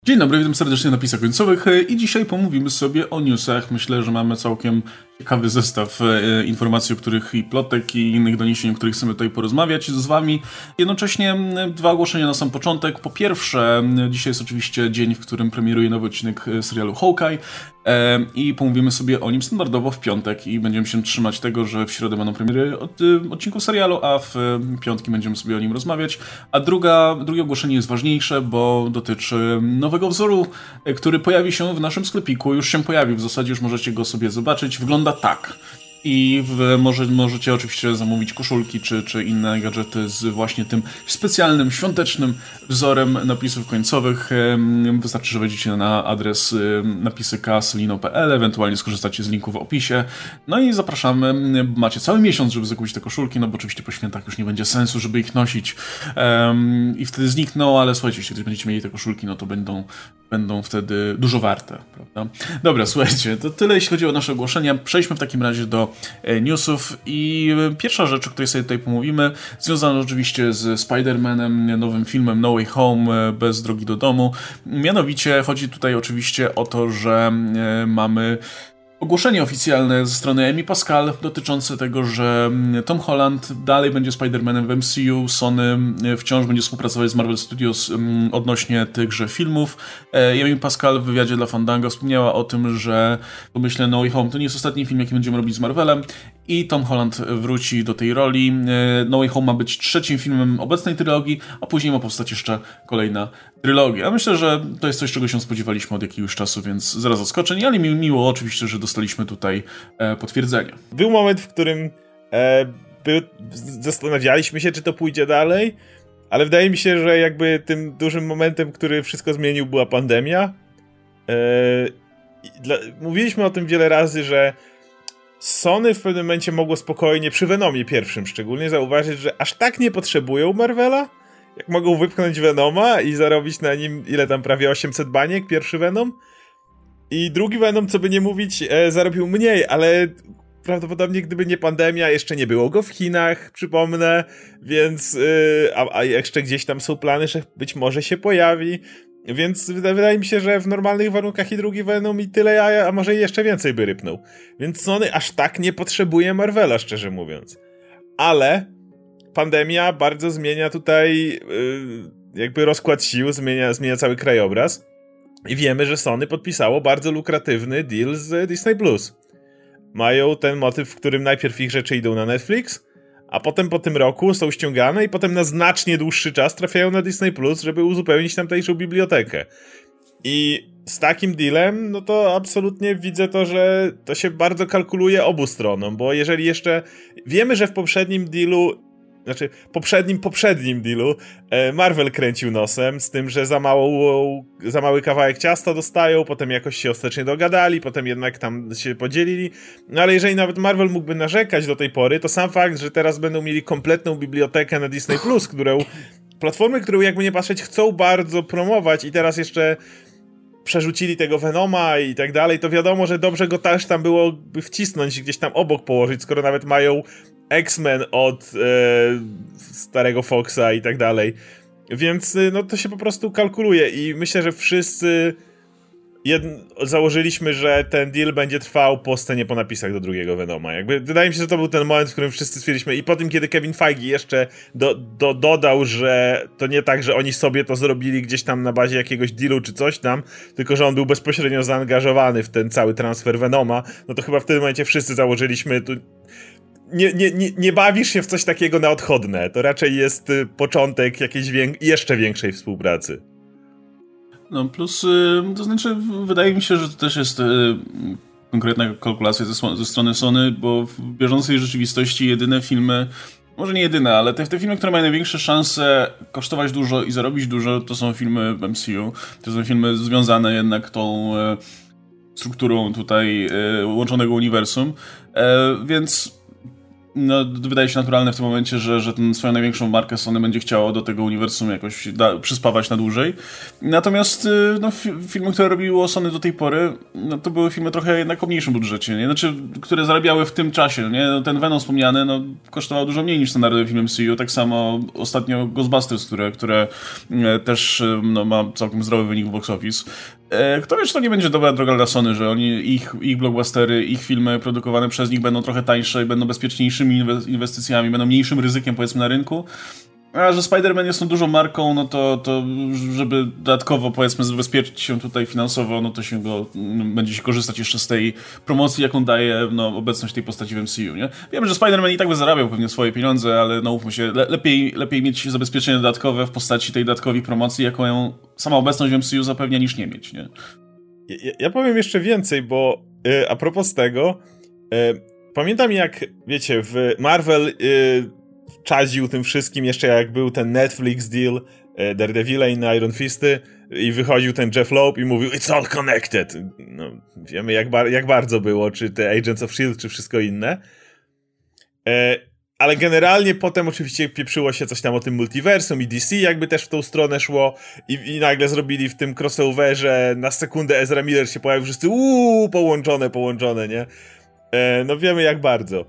Dzień dobry, witam serdecznie na Napisach Końcowych i dzisiaj pomówimy sobie o newsach. Myślę, że mamy całkiem ciekawy zestaw informacji, o których i plotek i innych doniesień, o których chcemy tutaj porozmawiać z wami. Jednocześnie dwa ogłoszenia na sam początek. Po pierwsze, dzisiaj jest oczywiście dzień, w którym premieruje nowy odcinek serialu Hawkeye i pomówimy sobie o nim standardowo w piątek i będziemy się trzymać tego, że w środę będą premiery odcinków serialu, a w piątki będziemy sobie o nim rozmawiać. A drugie ogłoszenie jest ważniejsze, bo dotyczy nowego wzoru, który pojawi się w naszym sklepiku. Już się pojawił, w zasadzie już możecie go sobie zobaczyć. Wygląda tak. I możecie oczywiście zamówić koszulki czy inne gadżety z właśnie tym specjalnym, świątecznym wzorem napisów końcowych. Wystarczy, że wejdziecie na adres napisy.solino.pl, ewentualnie skorzystacie z linku w opisie. No i zapraszamy. Macie cały miesiąc, żeby zakupić te koszulki, no bo oczywiście po świętach już nie będzie sensu, żeby ich nosić i wtedy znikną, ale słuchajcie, jeśli ktoś będziecie mieli te koszulki, no to będą wtedy dużo warte, prawda? Dobra, słuchajcie, to tyle jeśli chodzi o nasze ogłoszenia. Przejdźmy w takim razie do newsów i pierwsza rzecz, o której sobie tutaj pomówimy, związana oczywiście z Spider-Manem, nowym filmem No Way Home, bez drogi do domu. Mianowicie chodzi tutaj oczywiście o to, że mamy ogłoszenie oficjalne ze strony Amy Pascal dotyczące tego, że Tom Holland dalej będzie Spider-Manem w MCU, Sony wciąż będzie współpracować z Marvel Studios odnośnie tychże filmów. Amy Pascal w wywiadzie dla Fandango wspomniała o tym, że w pomyśle No Way Home to nie jest ostatni film, jaki będziemy robić z Marvelem i Tom Holland wróci do tej roli. No Way Home ma być trzecim filmem obecnej trylogii, a później ma powstać jeszcze kolejna trylogia. Ja myślę, że to jest coś, czego się spodziewaliśmy od jakiegoś czasu, więc zaraz zaskoczeń, ale miło oczywiście, że dostaliśmy tutaj potwierdzenie. Był moment, w którym zastanawialiśmy się, czy to pójdzie dalej, ale wydaje mi się, że jakby tym dużym momentem, który wszystko zmienił, była pandemia. Mówiliśmy o tym wiele razy, że Sony w pewnym momencie mogło spokojnie, przy Venomie pierwszym szczególnie, zauważyć, że aż tak nie potrzebują Marvela, jak mogą wypchnąć Venoma i zarobić na nim, ile tam, prawie 800 baniek, pierwszy Venom. I drugi Venom, co by nie mówić, zarobił mniej, ale prawdopodobnie gdyby nie pandemia, jeszcze nie było go w Chinach, przypomnę, więc a jeszcze gdzieś tam są plany, że być może się pojawi, więc wydaje mi się, że w normalnych warunkach i drugi Venom i tyle, a może jeszcze więcej by rypnął. Więc Sony aż tak nie potrzebuje Marvela, szczerze mówiąc. Ale pandemia bardzo zmienia tutaj jakby rozkład sił, zmienia cały krajobraz. I wiemy, że Sony podpisało bardzo lukratywny deal z Disney+. Mają ten motyw, w którym najpierw ich rzeczy idą na Netflix, a potem po tym roku są ściągane i potem na znacznie dłuższy czas trafiają na Disney+, żeby uzupełnić tamtejszą bibliotekę. I z takim dealem, no to absolutnie widzę to, że to się bardzo kalkuluje obu stronom, bo jeżeli jeszcze... Wiemy, że w poprzednim dealu, znaczy poprzednim dealu Marvel kręcił nosem z tym, że za mały kawałek ciasta dostają, potem jakoś się ostatecznie dogadali, potem jednak tam się podzielili. No ale jeżeli nawet Marvel mógłby narzekać do tej pory, to sam fakt, że teraz będą mieli kompletną bibliotekę na Disney+, platformy, którą jakby nie patrzeć chcą bardzo promować i teraz jeszcze przerzucili tego Venoma i tak dalej, to wiadomo, że dobrze go też tam byłoby wcisnąć, gdzieś tam obok położyć, skoro nawet mają X-Men od starego Foxa i tak dalej. Więc no to się po prostu kalkuluje i myślę, że wszyscy założyliśmy, że ten deal będzie trwał po scenie po napisach do drugiego Venoma. Jakby wydaje mi się, że to był ten moment, w którym wszyscy stwierdziliśmy i po tym, kiedy Kevin Feige jeszcze dodał, że to nie tak, że oni sobie to zrobili gdzieś tam na bazie jakiegoś dealu czy coś tam, tylko że on był bezpośrednio zaangażowany w ten cały transfer Venoma, no to chyba w tym momencie wszyscy założyliśmy nie bawisz się w coś takiego na odchodne. To raczej jest początek jakiejś jeszcze większej współpracy. No plus, to znaczy wydaje mi się, że to też jest konkretna kalkulacja ze strony Sony, bo w bieżącej rzeczywistości jedyne filmy, może nie jedyne, ale te filmy, które mają największe szanse kosztować dużo i zarobić dużo, to są filmy MCU. To są filmy związane jednak tą strukturą tutaj łączonego uniwersum, więc no, wydaje się naturalne w tym momencie, że ten swoją największą markę Sony będzie chciało do tego uniwersum jakoś przyspawać na dłużej. Natomiast no, filmy, które robiło Sony do tej pory, no, to były filmy trochę jednak o mniejszym budżecie, nie? Znaczy, które zarabiały w tym czasie, nie? No, ten Venom wspomniany, no, kosztował dużo mniej niż standardowy film MCU, tak samo ostatnio Ghostbusters, które też no, ma całkiem zdrowy wynik w box office. Kto wie, czy to nie będzie dobra droga dla Sony, że ich blockbustery, ich filmy produkowane przez nich będą trochę tańsze i będą bezpieczniejszymi inwestycjami, będą mniejszym ryzykiem, powiedzmy, na rynku. A że Spider-Man jest tą dużą marką, no to żeby dodatkowo, powiedzmy, zabezpieczyć się tutaj finansowo, no to będzie się korzystać jeszcze z tej promocji, jaką daje no, obecność tej postaci w MCU, nie? Wiem, że Spider-Man i tak by zarabiał pewnie swoje pieniądze, ale no mówmy się, lepiej mieć zabezpieczenie dodatkowe w postaci tej dodatkowej promocji, jaką ją sama obecność w MCU zapewnia, niż nie mieć, nie? Ja powiem jeszcze więcej, bo a propos tego, pamiętam jak, wiecie, w Marvel czadził tym wszystkim jeszcze jak był ten Netflix deal Daredevila i na Iron Fisty i wychodził ten Jeff Loeb i mówił it's all connected. No, wiemy jak bardzo było, czy te Agents of S.H.I.E.L.D., czy wszystko inne. Ale generalnie potem oczywiście pieprzyło się coś tam o tym multiversum i DC jakby też w tą stronę szło i nagle zrobili w tym crossoverze na sekundę Ezra Miller się pojawił, wszyscy połączone, nie? No wiemy jak bardzo.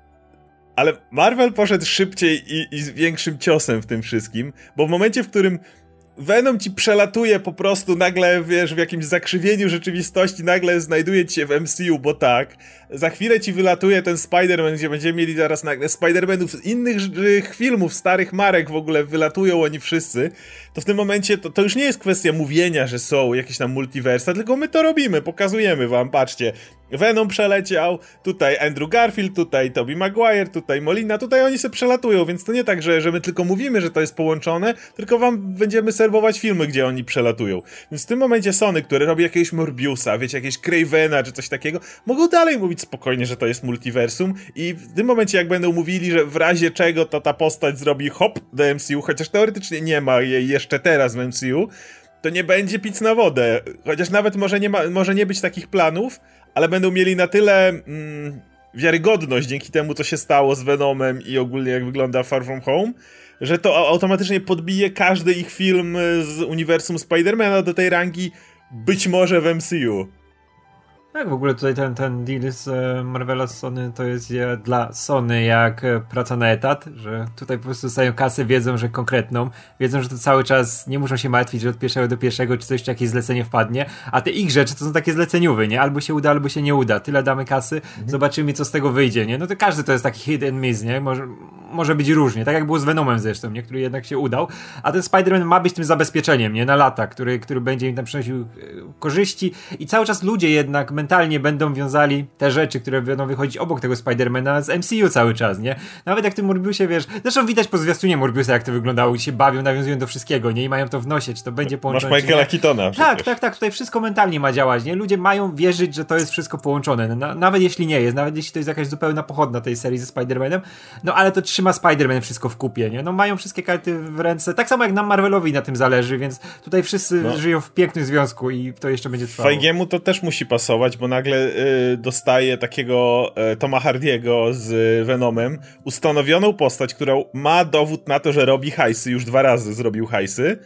Ale Marvel poszedł szybciej i z większym ciosem w tym wszystkim, bo w momencie, w którym Venom ci przelatuje po prostu nagle, wiesz, w jakimś zakrzywieniu rzeczywistości, nagle znajduje ci się w MCU, bo tak, za chwilę ci wylatuje ten Spider-Man, gdzie będziemy mieli zaraz nagle Spider-Manów z innych filmów, starych marek w ogóle, wylatują oni wszyscy, to w tym momencie to już nie jest kwestia mówienia, że są jakieś tam multiversa, tylko my to robimy, pokazujemy wam, patrzcie, Venom przeleciał, tutaj Andrew Garfield, tutaj Tobey Maguire, tutaj Molina, tutaj oni se przelatują, więc to nie tak, że my tylko mówimy, że to jest połączone, tylko wam będziemy serwować filmy, gdzie oni przelatują. Więc w tym momencie Sony, które robi jakiegoś Morbiusa, wiecie, jakiegoś Cravena czy coś takiego, mogą dalej mówić spokojnie, że to jest multiversum i w tym momencie jak będą mówili, że w razie czego to ta postać zrobi hop do MCU, chociaż teoretycznie nie ma jej jeszcze teraz w MCU, to nie będzie pic na wodę. Chociaż nawet może nie być takich planów, ale będą mieli na tyle wiarygodność dzięki temu, co się stało z Venomem i ogólnie jak wygląda Far From Home, że to automatycznie podbije każdy ich film z uniwersum Spider-Mana do tej rangi być może w MCU. Tak, w ogóle tutaj ten deal z Marvela z Sony to jest dla Sony jak praca na etat, że tutaj po prostu dostają kasę, wiedzą, że konkretną, wiedzą, że to cały czas nie muszą się martwić, że od pierwszego do pierwszego czy coś, czy jakieś zlecenie wpadnie, a te ich rzeczy to są takie zleceniowe, nie? Albo się uda, albo się nie uda. Tyle damy kasy, zobaczymy co z tego wyjdzie, nie? No to każdy to jest taki hit and miss, nie? Może być różnie, tak jak było z Venomem zresztą, nie? Który jednak się udał, a ten Spider-Man ma być tym zabezpieczeniem, nie? Na lata, który będzie im tam przynosił korzyści i cały czas ludzie jednak mentalnie będą wiązali te rzeczy, które będą wychodzić obok tego Spider-Mana z MCU cały czas, nie? Nawet jak w tym Morbiusie, wiesz, zresztą widać po zwiastunie Morbiusa, jak to wyglądało, gdzie się bawią, nawiązują do wszystkiego, nie? I mają to w nosie, czy to będzie połączone. Masz Michaela Keatona. Tak, tutaj wszystko mentalnie ma działać, nie? Ludzie mają wierzyć, że to jest wszystko połączone, nawet jeśli nie jest, nawet jeśli to jest jakaś zupełna pochodna tej serii ze Spider-Manem, no ale to trzyma Spider-Man wszystko w kupie, nie? No mają wszystkie karty w ręce, tak samo jak nam Marvelowi na tym zależy, więc tutaj wszyscy żyją w pięknym związku i to jeszcze będzie trwało. Feigiemu to też musi pasować, bo nagle dostaje takiego Toma Hardiego z Venomem, ustanowioną postać, która ma dowód na to, że robi hajsy, już 2 razy zrobił hajsy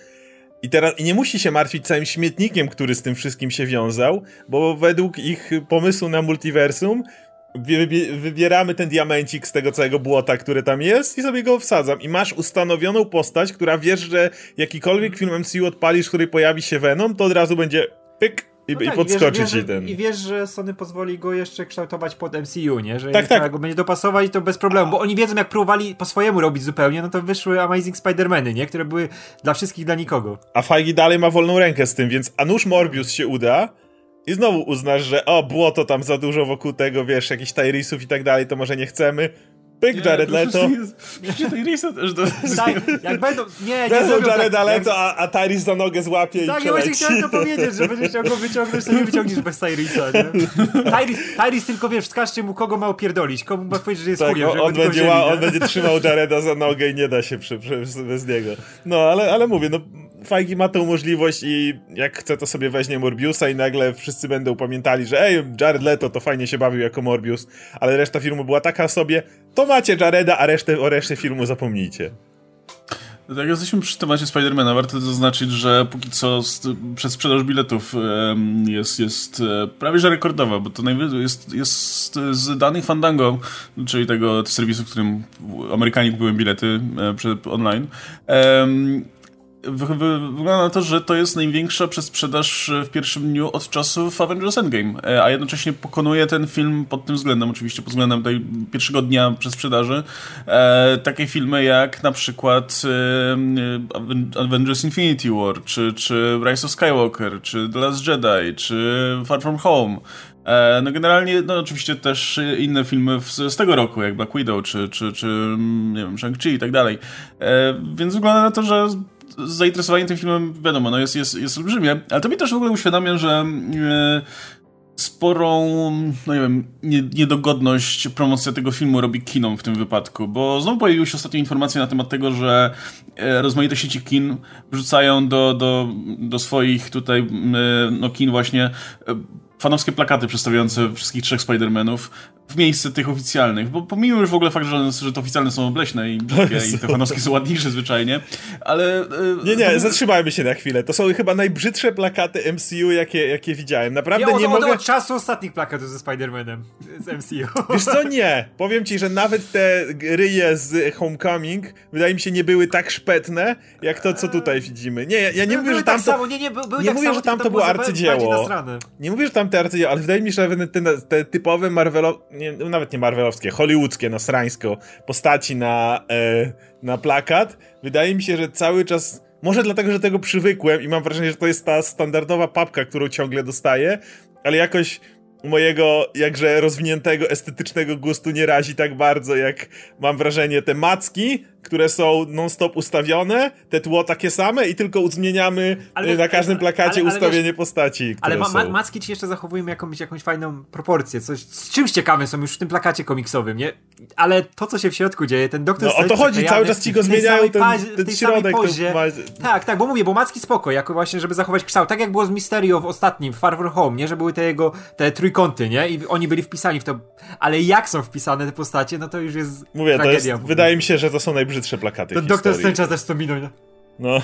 i nie musi się martwić całym śmietnikiem, który z tym wszystkim się wiązał, bo według ich pomysłu na multiversum wybieramy ten diamencik z tego całego błota, które tam jest i sobie go wsadzam. I masz ustanowioną postać, która wiesz, że jakikolwiek film MCU odpalisz, w której pojawi się Venom, to od razu będzie pyk i podskoczy ci ten. I wiesz, że Sony pozwoli go jeszcze kształtować pod MCU, nie? Że tak. Go będzie dopasować, to bez problemu, bo oni wiedzą, jak próbowali po swojemu robić zupełnie, no to wyszły Amazing Spider-Many, nie? Które były dla wszystkich, dla nikogo. A Feige dalej ma wolną rękę z tym, więc a nuż Morbius się uda i znowu uznasz, że błoto tam za dużo wokół tego, wiesz, jakichś Tyrisów i tak dalej, to może nie chcemy. Pyk, Jared Leto. Przecież Tyrisa też jak będą... Nie zrobią Jareda Leto, a Tyris za nogę złapie i przeleci. Tak, ja właśnie chciałem to powiedzieć, że będziesz chciał go wyciągnąć, to nie wyciągniesz bez Tyrisa, nie? Tyris tylko, wiesz, wskażcie mu, kogo ma opierdolić, komu ma powiedzieć, że jest chujem. On będzie trzymał Jareda za nogę i nie da się bez niego. No, ale mówię, no Feige ma tą możliwość i jak chce, to sobie weźmie Morbiusa i nagle wszyscy będą pamiętali, że Jared Leto to fajnie się bawił jako Morbius, ale reszta filmu była taka sobie, to macie Jareda, a o reszcie filmu zapomnijcie. Tak, jesteśmy przy temacie Spidermana. Warto zaznaczyć, że póki co przedsprzedaż biletów jest prawie że rekordowa, bo to jest z danych Fandango, czyli tego serwisu, w którym Amerykanie kupują bilety online. Wygląda na to, że to jest największa przedsprzedaż w pierwszym dniu od czasów Avengers Endgame, a jednocześnie pokonuje ten film pod tym względem, oczywiście pod względem tej pierwszego dnia przedsprzedaży, takie filmy jak na przykład Avengers Infinity War, czy Rise of Skywalker, czy The Last Jedi, czy Far From Home. No generalnie, no oczywiście też inne filmy z tego roku, jak Black Widow, czy nie wiem, Shang-Chi i tak dalej. Więc wygląda na to, że zainteresowanie tym filmem, wiadomo, no jest olbrzymie, ale to mi też w ogóle uświadamia, że sporą, no nie wiem, niedogodność promocja tego filmu robi kinom w tym wypadku, bo znowu pojawiły się ostatnio informacje na temat tego, że rozmaite sieci kin wrzucają do swoich tutaj kin właśnie fanowskie plakaty przedstawiające wszystkich 3 Spider-Manów w miejsce tych oficjalnych, bo pomimo już w ogóle fakt, że te oficjalne są obleśne i brzydkie i te fanowskie są ładniejsze zwyczajnie, ale... Nie, zatrzymajmy się na chwilę. To są chyba najbrzydsze plakaty MCU, jakie widziałem. Naprawdę nie mogę... mogę... Od czasu ostatnich plakatów ze Spider-Manem z MCU. Wiesz co, nie. Powiem ci, że nawet te ryje z Homecoming wydaje mi się nie były tak szpetne, jak to, co tutaj widzimy. Nie, ja nie mówię, że tam to... Nie mówię, że tam to było arcydzieło. Nie mówię, że tam te arcydzieło, ale wydaje mi się, że nawet te typowe nawet nie marvelowskie, hollywoodzkie, nasrańsko postaci na plakat, wydaje mi się, że cały czas, może dlatego, że tego przywykłem i mam wrażenie, że to jest ta standardowa papka, którą ciągle dostaję, ale jakoś mojego jakże rozwiniętego, estetycznego gustu nie razi tak bardzo, jak mam wrażenie te macki, które są non-stop ustawione, te tło takie same i tylko zmieniamy na każdym plakacie ustawienie postaci, które są. Macki ci jeszcze zachowują jakąś fajną proporcję, coś z czymś ciekawe są już w tym plakacie komiksowym, nie? Ale to, co się w środku dzieje, ten doktor... No o to chodzi, cały czas ci go zmieniają, ten środek. Tak, bo mówię, bo macki spoko, jako właśnie, żeby zachować kształt. Tak jak było z Mysterio w ostatnim, w Far From Home, nie? Że były te trójkąty, nie? I oni byli wpisani w to. Ale jak są wpisane te postacie, no to już jest tragedia. Wydaje mi się, że to są najbrzydsze plakaty ten doktor Strange'a też to minął, no.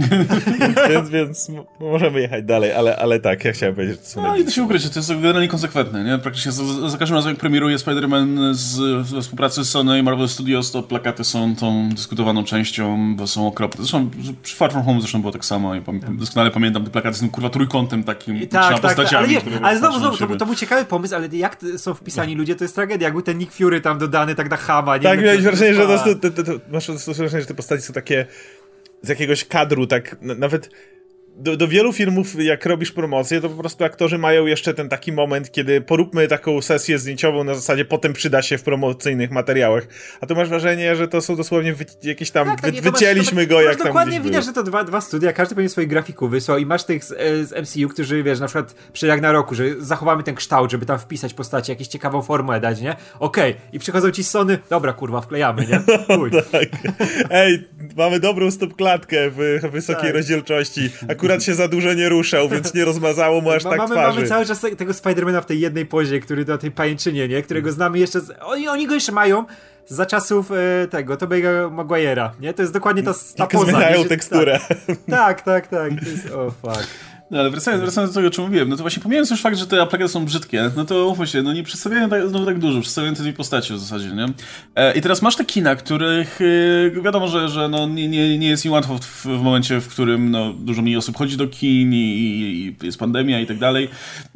więc możemy jechać dalej, ale tak, ja chciałem powiedzieć, że to są no i to się ukrycie, to jest generalnie konsekwentne, nie? Praktycznie za każdym razem, jak premieruje Spider-Man we współpracy z Sony i Marvel Studios, to plakaty są tą dyskutowaną częścią, bo są okropne. Zresztą przy Far From Home zresztą było tak samo i doskonale pamiętam te plakaty z tym kurwa trójkątem takim, tak, postaciami. Ale znowu, to był ciekawy pomysł, ale jak są wpisani ludzie, to jest tragedia. Jakby ten Nick Fury tam dodany tak na chama. Tak, miałeś wrażenie, że masz wrażenie, że te postaci są takie z jakiegoś kadru, tak nawet do wielu filmów, jak robisz promocję, to po prostu aktorzy mają jeszcze ten taki moment, kiedy poróbmy taką sesję zdjęciową, na zasadzie potem przyda się w promocyjnych materiałach. A tu masz wrażenie, że to są dosłownie jakieś tam, wycięliśmy go jak tam dokładnie widać, że to dwa studia, każdy pewnie swoich grafików wysłał i masz tych z MCU, którzy, wiesz, na przykład przy Ragnaroku, że zachowamy ten kształt, żeby tam wpisać postaci, jakąś ciekawą formułę dać, nie? Okej. I przychodzą ci z Sony, dobra, kurwa, wklejamy, nie? Tak. Ej, mamy dobrą stopklatkę w wysokiej rozdzielczości. Akurat się za dużo nie ruszał, więc nie rozmazało mu aż tak twarzy. Mamy cały czas tego Spidermana w tej jednej pozie, który na tej pajęczynie, nie? Którego znamy jeszcze oni go jeszcze mają za czasów Tobey'ego Maguire'a, nie? To jest dokładnie ta poza. Zmieniają teksturę. Tak. To jest, fuck. No ale wracając do tego, o czym mówiłem, no to właśnie pomijając już fakt, że te plakaty są brzydkie, no to umówmy się, no nie przedstawiają tak dużo, przedstawiają te dwie postaci w zasadzie, nie? I teraz masz te kina, których wiadomo, że no nie jest im łatwo w momencie, w którym no dużo mniej osób chodzi do kin i jest pandemia i tak dalej.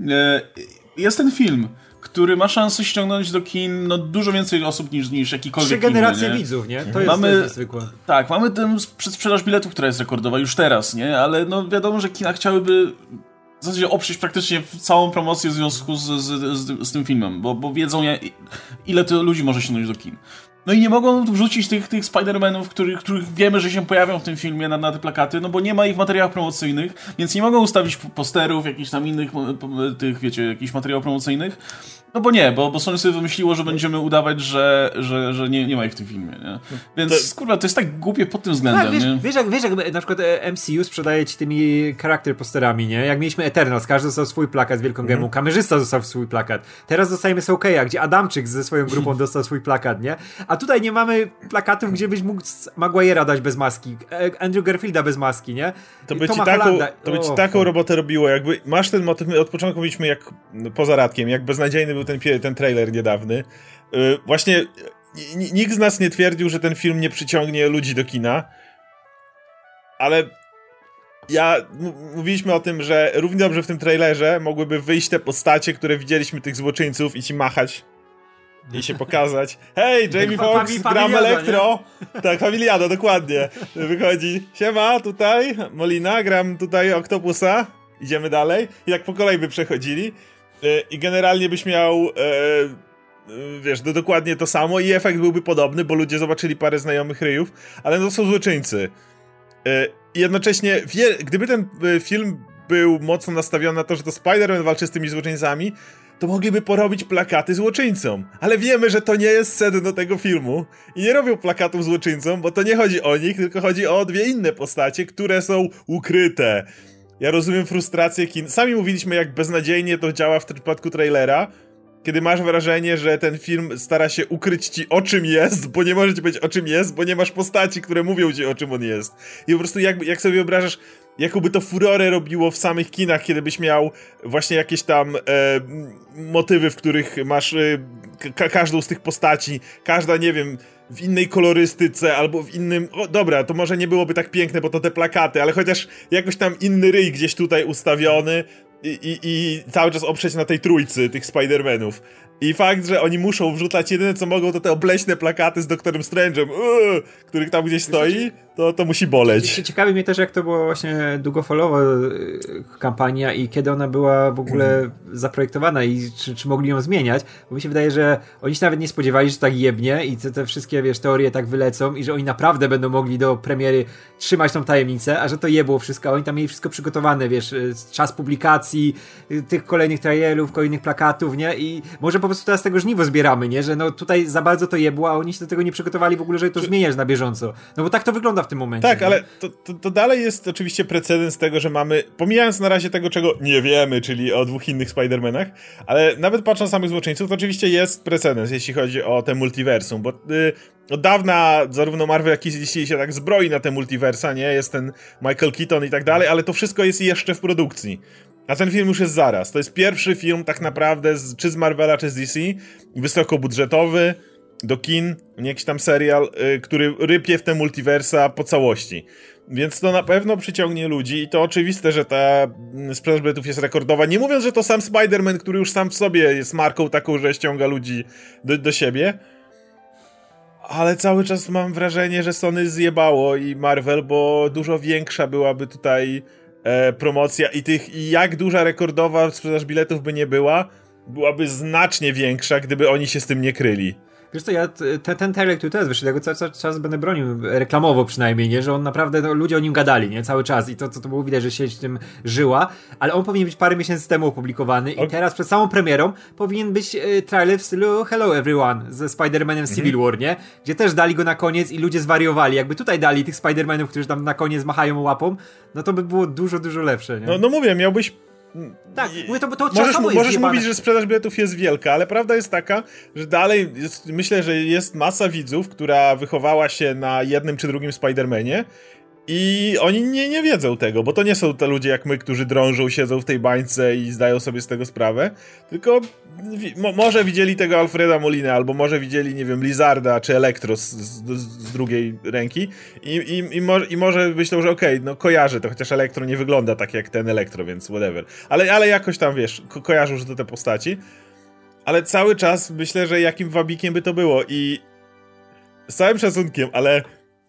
Jest ten film, który ma szansę ściągnąć do kin no, dużo więcej osób niż jakikolwiek 3 generacje widzów, nie? To jest niezwykłe. Tak, mamy tę przedsprzedaż biletów, która jest rekordowa już teraz, nie? Ale no wiadomo, że kina chciałyby w zasadzie oprzeć praktycznie całą promocję w związku z tym filmem, bo wiedzą ile to ludzi może sięgnąć do kin. No i nie mogą wrzucić tych Spider-Manów, których wiemy, że się pojawią w tym filmie na te plakaty, no bo nie ma ich w materiałach promocyjnych, więc nie mogą ustawić posterów, jakichś tam innych tych, wiecie, jakichś materiałów promocyjnych. No bo Sony sobie wymyśliło, że będziemy udawać, że nie ma ich w tym filmie, nie? Więc, kurwa, to jest tak głupie pod tym względem, nie? Wiesz, jak na przykład MCU sprzedaje ci tymi charakter posterami, nie? Jak mieliśmy Eternals, każdy dostał swój plakat z wielką gębą, kamerzysta dostał swój plakat. Teraz dostajemy Sokeja, gdzie Adamczyk ze swoją grupą dostał swój plakat, nie? A tutaj nie mamy plakatów, gdzie byś mógł Maguire'a dać bez maski, Andrew Garfielda bez maski, nie? To by ci taką robotę robiło, jakby masz ten motyw, my od początku mieliśmy jak, poza Radkiem, jak beznadziejny był ten trailer niedawny. Właśnie nikt z nas nie twierdził, że ten film nie przyciągnie ludzi do kina, ale mówiliśmy o tym, że równie dobrze w tym trailerze mogłyby wyjść te postacie, które widzieliśmy tych złoczyńców i ci machać i się pokazać. Hej, Jamie Foxx, gram Elektro. Tak, Familiada, dokładnie. Wychodzi, siema, tutaj Molina, gram tutaj Octopusa. Idziemy dalej. I tak po kolei by przechodzili. I generalnie byś miał wiesz, dokładnie to samo i efekt byłby podobny, bo ludzie zobaczyli parę znajomych ryjów, ale to są złoczyńcy. I jednocześnie, gdyby ten film był mocno nastawiony na to, że to Spider-Man walczy z tymi złoczyńcami, to mogliby porobić plakaty złoczyńcom. Ale wiemy, że to nie jest sedno tego filmu i nie robią plakatów złoczyńcom, bo to nie chodzi o nich, tylko chodzi o dwie inne postacie, które są ukryte. Ja rozumiem frustrację kin. Sami mówiliśmy, jak beznadziejnie to działa w przypadku trailera, kiedy masz wrażenie, że ten film stara się ukryć ci, o czym jest, bo nie może ci powiedzieć, o czym jest, bo nie masz postaci, które mówią ci, o czym on jest. I po prostu jak sobie wyobrażasz, jakoby to furorę robiło w samych kinach, kiedy byś miał właśnie jakieś tam motywy, w których masz każdą z tych postaci, każda, nie wiem, w innej kolorystyce, albo w innym... O, dobra, to może nie byłoby tak piękne, bo to te plakaty, ale chociaż jakoś tam inny ryj gdzieś tutaj ustawiony i cały czas oprzeć na tej trójcy tych Spider-Manów. I fakt, że oni muszą wrzucać jedyne co mogą, to te obleśne plakaty z Doktorem Strange'em, który tam gdzieś stoi, to musi boleć. Ciekawi mnie też, jak to była właśnie długofalowa kampania i kiedy ona była w ogóle zaprojektowana i czy mogli ją zmieniać, bo mi się wydaje, że oni się nawet nie spodziewali, że tak jebnie i te wszystkie, wiesz, teorie tak wylecą i że oni naprawdę będą mogli do premiery trzymać tą tajemnicę, a że to jebło wszystko, oni tam mieli wszystko przygotowane, wiesz, czas publikacji, tych kolejnych trailerów, kolejnych plakatów, nie? I może po prostu teraz tego żniwo zbieramy, nie? Że no tutaj za bardzo to jebło, a oni się do tego nie przygotowali w ogóle, żeby to zmieniać na bieżąco. No bo tak to wygląda w tym momencie. Tak, nie? Ale to dalej jest oczywiście precedens tego, że mamy, pomijając na razie tego, czego nie wiemy, czyli o dwóch innych Spider-Manach, ale nawet patrząc na samych złoczyńców, to oczywiście jest precedens, jeśli chodzi o te multiversum, bo od dawna zarówno Marvel, jak i DC się tak zbroi na te multiversa, nie? Jest ten Michael Keaton i tak dalej, ale to wszystko jest jeszcze w produkcji. A ten film już jest zaraz. To jest pierwszy film tak naprawdę, czy z Marvela, czy z DC, wysokobudżetowy, do kin, nie jakiś tam serial, który rypie w te multiversa po całości. Więc to na pewno przyciągnie ludzi i to oczywiste, że ta sprzedaż biletów jest rekordowa. Nie mówiąc, że to sam Spider-Man, który już sam w sobie jest marką taką, że ściąga ludzi do siebie. Ale cały czas mam wrażenie, że Sony zjebało i Marvel, bo dużo większa byłaby tutaj promocja i jak duża rekordowa sprzedaż biletów by nie była, byłaby znacznie większa, gdyby oni się z tym nie kryli. Wiesz co, ja ten trailer, który teraz wyszedł, ja go cały czas będę bronił, reklamowo przynajmniej, nie? Że on naprawdę, no, ludzie o nim gadali, nie? Cały czas i to było widać, że sieć tym żyła, ale on powinien być parę miesięcy temu opublikowany i teraz przed samą premierą powinien być trailer w stylu Hello Everyone ze Spider-Manem Civil War, nie? Gdzie też dali go na koniec i ludzie zwariowali. Jakby tutaj dali tych Spider-Manów, którzy tam na koniec machają łapą, no to by było dużo, dużo lepsze, nie? No mówię, miałbyś... Tak, mówię, to możesz mówić, że sprzedaż biletów jest wielka, ale prawda jest taka, że dalej myślę, że jest masa widzów, która wychowała się na jednym czy drugim Spider-Manie i oni nie wiedzą tego, bo to nie są te ludzie jak my, którzy drążą, siedzą w tej bańce i zdają sobie z tego sprawę, tylko może widzieli tego Alfreda Molinę, albo może widzieli, nie wiem, Lizarda czy Elektro z drugiej ręki i może myślą, że okej, no kojarzę to, chociaż Elektro nie wygląda tak jak ten Elektro, więc whatever. Ale jakoś tam, wiesz, kojarzą, że to te postaci. Ale cały czas myślę, że jakim wabikiem by to było i z całym szacunkiem, ale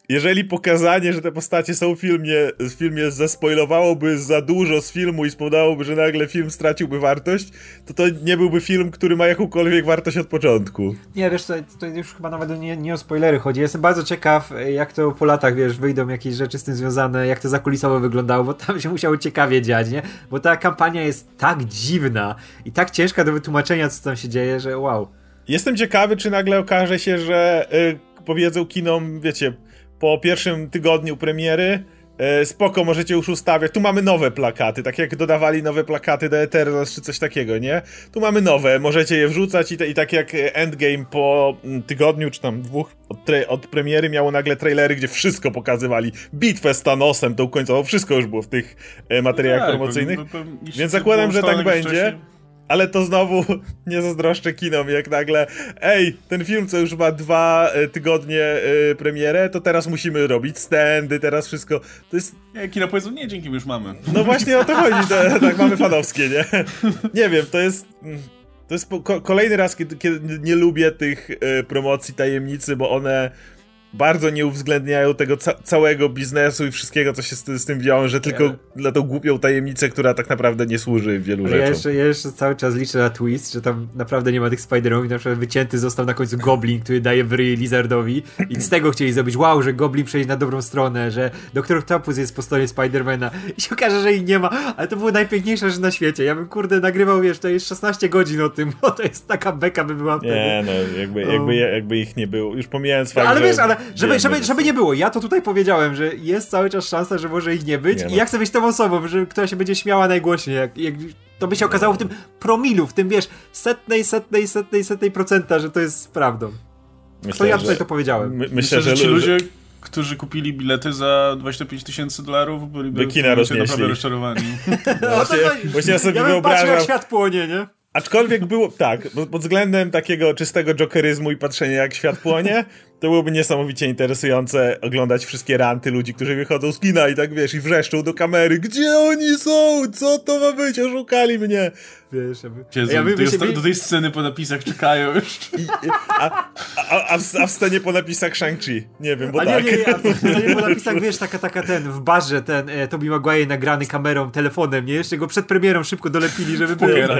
jeżeli pokazanie, że te postacie są w filmie zaspoilowałoby za dużo z filmu i spowodowałoby, że nagle film straciłby wartość, to nie byłby film, który ma jakąkolwiek wartość od początku. Nie, wiesz, to już chyba nawet nie o spoilery chodzi. Jestem bardzo ciekaw, jak to po latach, wiesz, wyjdą jakieś rzeczy z tym związane, jak to zakulisowo wyglądało, bo tam się musiało ciekawie dziać, nie? Bo ta kampania jest tak dziwna i tak ciężka do wytłumaczenia, co tam się dzieje, że wow. Jestem ciekawy, czy nagle okaże się, że powiedzą kinom, wiecie, po pierwszym tygodniu premiery, spoko, możecie już ustawiać, tu mamy nowe plakaty, tak jak dodawali nowe plakaty do Eternals czy coś takiego, nie? Tu mamy nowe, możecie je wrzucać i tak jak Endgame po tygodniu czy tam 2 od premiery miało nagle trailery, gdzie wszystko pokazywali, bitwę z Thanosem, tą końcową, wszystko już było w tych materiałach promocyjnych, więc zakładam, że tak będzie. Ale to znowu nie zazdroszczę kinom, jak nagle ten film, co już ma 2 tygodnie premierę, to teraz musimy robić standy, teraz wszystko, to jest... Nie, kino powiedzą, nie, dzięki, my już mamy. No właśnie o to chodzi, tak mamy fanowskie, nie? Nie wiem, to jest kolejny raz, kiedy nie lubię tych promocji tajemnicy, bo one bardzo nie uwzględniają tego całego biznesu i wszystkiego, co się z tym wiąże, tylko dla tą głupią tajemnicę, która tak naprawdę nie służy wielu rzeczom. Ja jeszcze cały czas liczę na twist, że tam naprawdę nie ma tych Spider-Manów i na przykład wycięty został na końcu Goblin, który daje w ryj Lizardowi i z tego chcieli zrobić, wow, że Goblin przejdzie na dobrą stronę, że Dr. Octopus jest po stronie Spider-Mana i się okaże, że ich nie ma, ale to było najpiękniejsza rzecz na świecie. Ja bym, nagrywał, wiesz, to jest 16 godzin o tym, bo to jest taka beka by była wtedy. Nie, no, jakby ich nie było. Już pomijając fakt, ale wiesz, żeby nie było, ja to tutaj powiedziałem, że jest cały czas szansa, że może ich nie być i ja chcę być tą osobą, która się będzie śmiała najgłośniej, jak to by się okazało w tym promilu, w tym, wiesz, setnej procenta, że to jest prawdą. To ja tutaj to powiedziałem. Myślę, że ci ludzie, którzy kupili bilety za $25,000 byliby kina roznieśli. Naprawdę rozczarowani. Właśnie ja sobie bym patrzył, jak świat płonie, nie? Aczkolwiek było, tak, pod względem takiego czystego jokeryzmu i patrzenia, jak świat płonie, to byłoby niesamowicie interesujące oglądać wszystkie ranty ludzi, którzy wychodzą z kina i tak, wiesz, i wrzeszczą do kamery, gdzie oni są, co to ma być, oszukali mnie. Wiesz, do tej sceny po napisach czekają już. A w scenie po napisach Shang-Chi, nie wiem, bo tak. W scenie po napisach, wiesz, taka w barze Tobey Maguire nagrany kamerą, telefonem, nie? Jeszcze go przed premierą szybko dolepili, żeby pokera,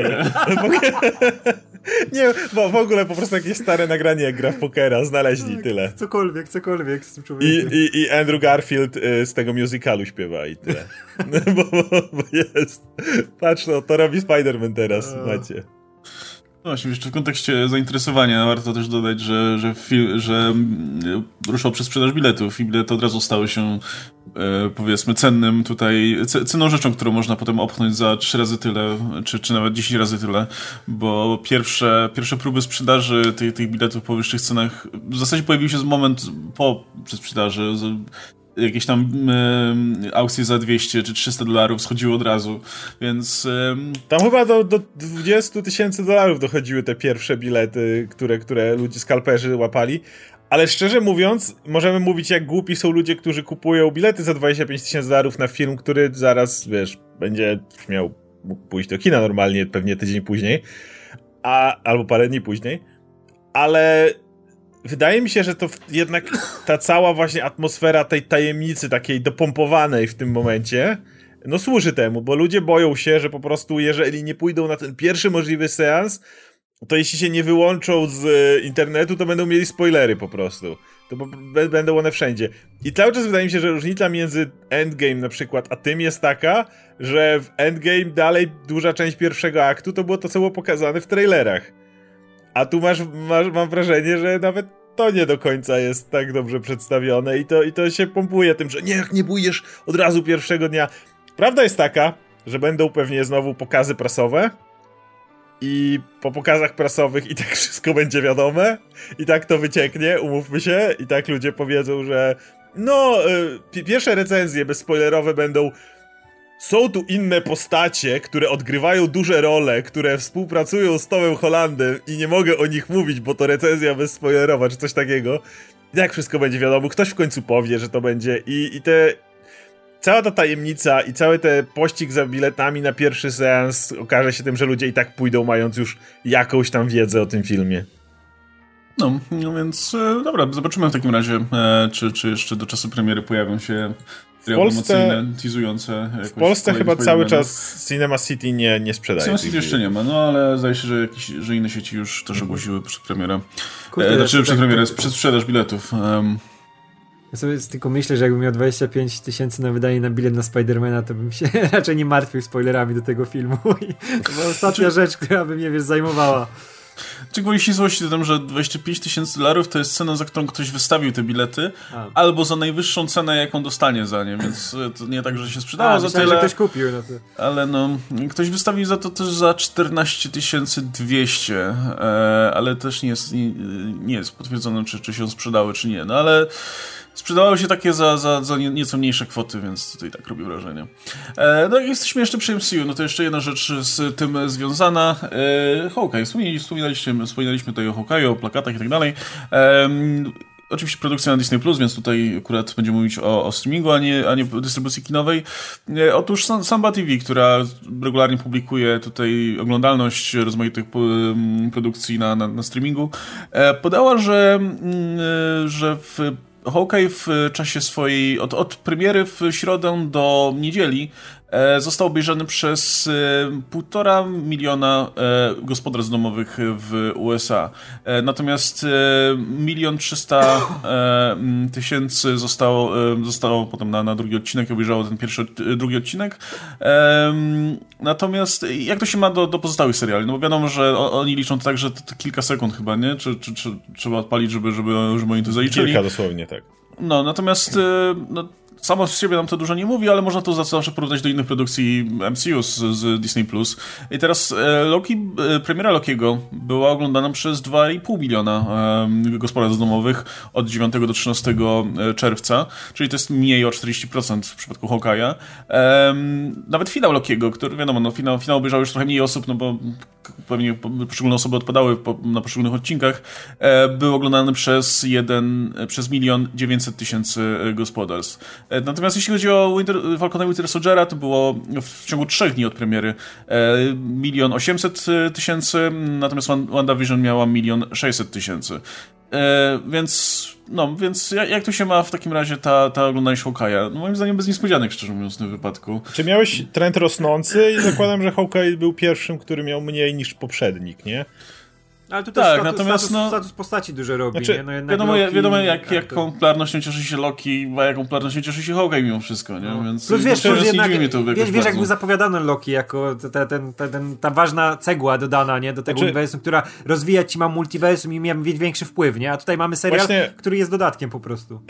nie, bo w ogóle po prostu jakieś stare nagranie, jak gra w pokera, znaleźli tak, tyle. Cokolwiek z tym człowiekiem. I Andrew Garfield z tego musicalu śpiewa i tyle. bo jest. Patrz, to robi Spider-Man teraz, macie. No właśnie, jeszcze w kontekście zainteresowania warto też dodać, że ruszał przez sprzedaż biletów i bilety od razu stały się powiedzmy cennym tutaj, cenną rzeczą, którą można potem opchnąć za 3 razy tyle, czy nawet 10 razy tyle, bo pierwsze próby sprzedaży tych biletów po wyższych cenach w zasadzie pojawił się moment po przedsprzedaży. Jakieś tam aukcje za $200 czy $300 schodziły od razu, więc... Tam chyba do $20,000 dochodziły te pierwsze bilety, które ludzie skalperzy łapali, ale szczerze mówiąc, możemy mówić, jak głupi są ludzie, którzy kupują bilety za $25,000 na film, który zaraz, wiesz, będzie mógł pójść do kina normalnie, pewnie tydzień później, albo parę dni później, ale... Wydaje mi się, że to jednak ta cała właśnie atmosfera tej tajemnicy takiej dopompowanej w tym momencie, no służy temu, bo ludzie boją się, że po prostu jeżeli nie pójdą na ten pierwszy możliwy seans, to jeśli się nie wyłączą z internetu, to będą mieli spoilery po prostu. To będą one wszędzie. I cały czas wydaje mi się, że różnica między Endgame na przykład, a tym jest taka, że w Endgame dalej duża część pierwszego aktu to było to, co było pokazane w trailerach. A tu mam wrażenie, że nawet to nie do końca jest tak dobrze przedstawione i to się pompuje tym, że nie pójdziesz od razu pierwszego dnia. Prawda jest taka, że będą pewnie znowu pokazy prasowe i po pokazach prasowych i tak wszystko będzie wiadome i tak to wycieknie, umówmy się, i tak ludzie powiedzą, że pierwsze recenzje bezspoilerowe będą: są tu inne postacie, które odgrywają duże role, które współpracują z Tomem Hollandem i nie mogę o nich mówić, bo to recenzja bezspoilerowa, czy coś takiego. I tak wszystko będzie wiadomo, ktoś w końcu powie, że to będzie cała ta tajemnica i cały ten pościg za biletami na pierwszy seans okaże się tym, że ludzie i tak pójdą, mając już jakąś tam wiedzę o tym filmie. No więc dobra, zobaczymy w takim razie, czy jeszcze do czasu premiery pojawią się promocyjne, teasujące. W Polsce chyba cały czas Cinema City nie sprzedaje. Cinema City jeszcze nie ma, no ale zdaje się, że inne sieci już też ogłosiły przed premierę. Przed premierę, przed sprzedaż biletów. Ja sobie tylko myślę, że jakbym miał 25 000 na wydanie na bilet na Spidermana, to bym się raczej nie martwił spoilerami do tego filmu. I to była ostatnia rzecz, która by mnie, zajmowała. Czy gwoli ścisłości dodam, że $25 000 to jest cena, za którą ktoś wystawił te bilety, albo za najwyższą cenę, jaką dostanie za nie, więc to nie tak, że się sprzedało za tyle. Że ktoś kupił. No to... Ale no, ktoś wystawił za to też za 14 200, ale też nie jest potwierdzone, czy się sprzedały, czy nie. No ale sprzedawały się takie za nieco mniejsze kwoty, więc tutaj tak robi wrażenie. No i jesteśmy jeszcze przy MCU, no to jeszcze jedna rzecz z tym związana. Hawkeye, wspominaliśmy tutaj o Hawkeye'u, o plakatach i tak dalej. Oczywiście produkcja na Disney+, więc tutaj akurat będziemy mówić o streamingu, a nie dystrybucji kinowej. Otóż Samba TV, która regularnie publikuje tutaj oglądalność rozmaitych produkcji na streamingu, podała, że w Hawkeye w czasie swojej, od premiery w środę do niedzieli został obejrzany przez 1,5 miliona gospodarstw domowych w USA. Natomiast 1 300 000 zostało potem na drugi odcinek, obejrzało ten drugi odcinek. Natomiast jak to się ma do pozostałych seriali? No bo wiadomo, że oni liczą to tak, że to kilka sekund chyba, nie? Czy trzeba odpalić, żeby oni to zaliczyli? Kilka dosłownie, tak. No, natomiast samo z siebie nam to dużo nie mówi, ale można to zawsze porównać do innych produkcji MCU z Disney+. I teraz premiera Lokiego była oglądana przez 2,5 miliona gospodarstw domowych od 9 do 13 czerwca, czyli to jest mniej o 40% w przypadku Hawkeye'a. Nawet finał Lokiego, który wiadomo, no finał obejrzało już trochę mniej osób, no bo pewnie poszczególne osoby odpadały na poszczególnych odcinkach, był oglądany przez 1 900 000 gospodarstw. Natomiast jeśli chodzi o Falcona i Winter Soldiera, to było w ciągu 3 dni od premiery 1 800 000, natomiast WandaVision miała 1 600 000. Więc jak to się ma w takim razie ta oglądalność Hawkeye'a? No moim zdaniem bez niespodzianek, szczerze mówiąc, w tym wypadku. Czy miałeś trend rosnący i zakładam, że Hawkeye był pierwszym, który miał mniej niż poprzednik, nie? Ale tu też status postaci dużo robi. Znaczy, nie? No wiadomo jaką popularnością cieszy się Loki, a jaką popularnością cieszy się Hawkeye mimo wszystko, nie? Więc plus wiesz jakby zapowiadano Loki jako ta ważna cegła dodana, nie? Do tego uniwersum, która rozwijać ci ma multiversum i mieć większy wpływ, nie? A tutaj mamy serial, który jest dodatkiem po prostu.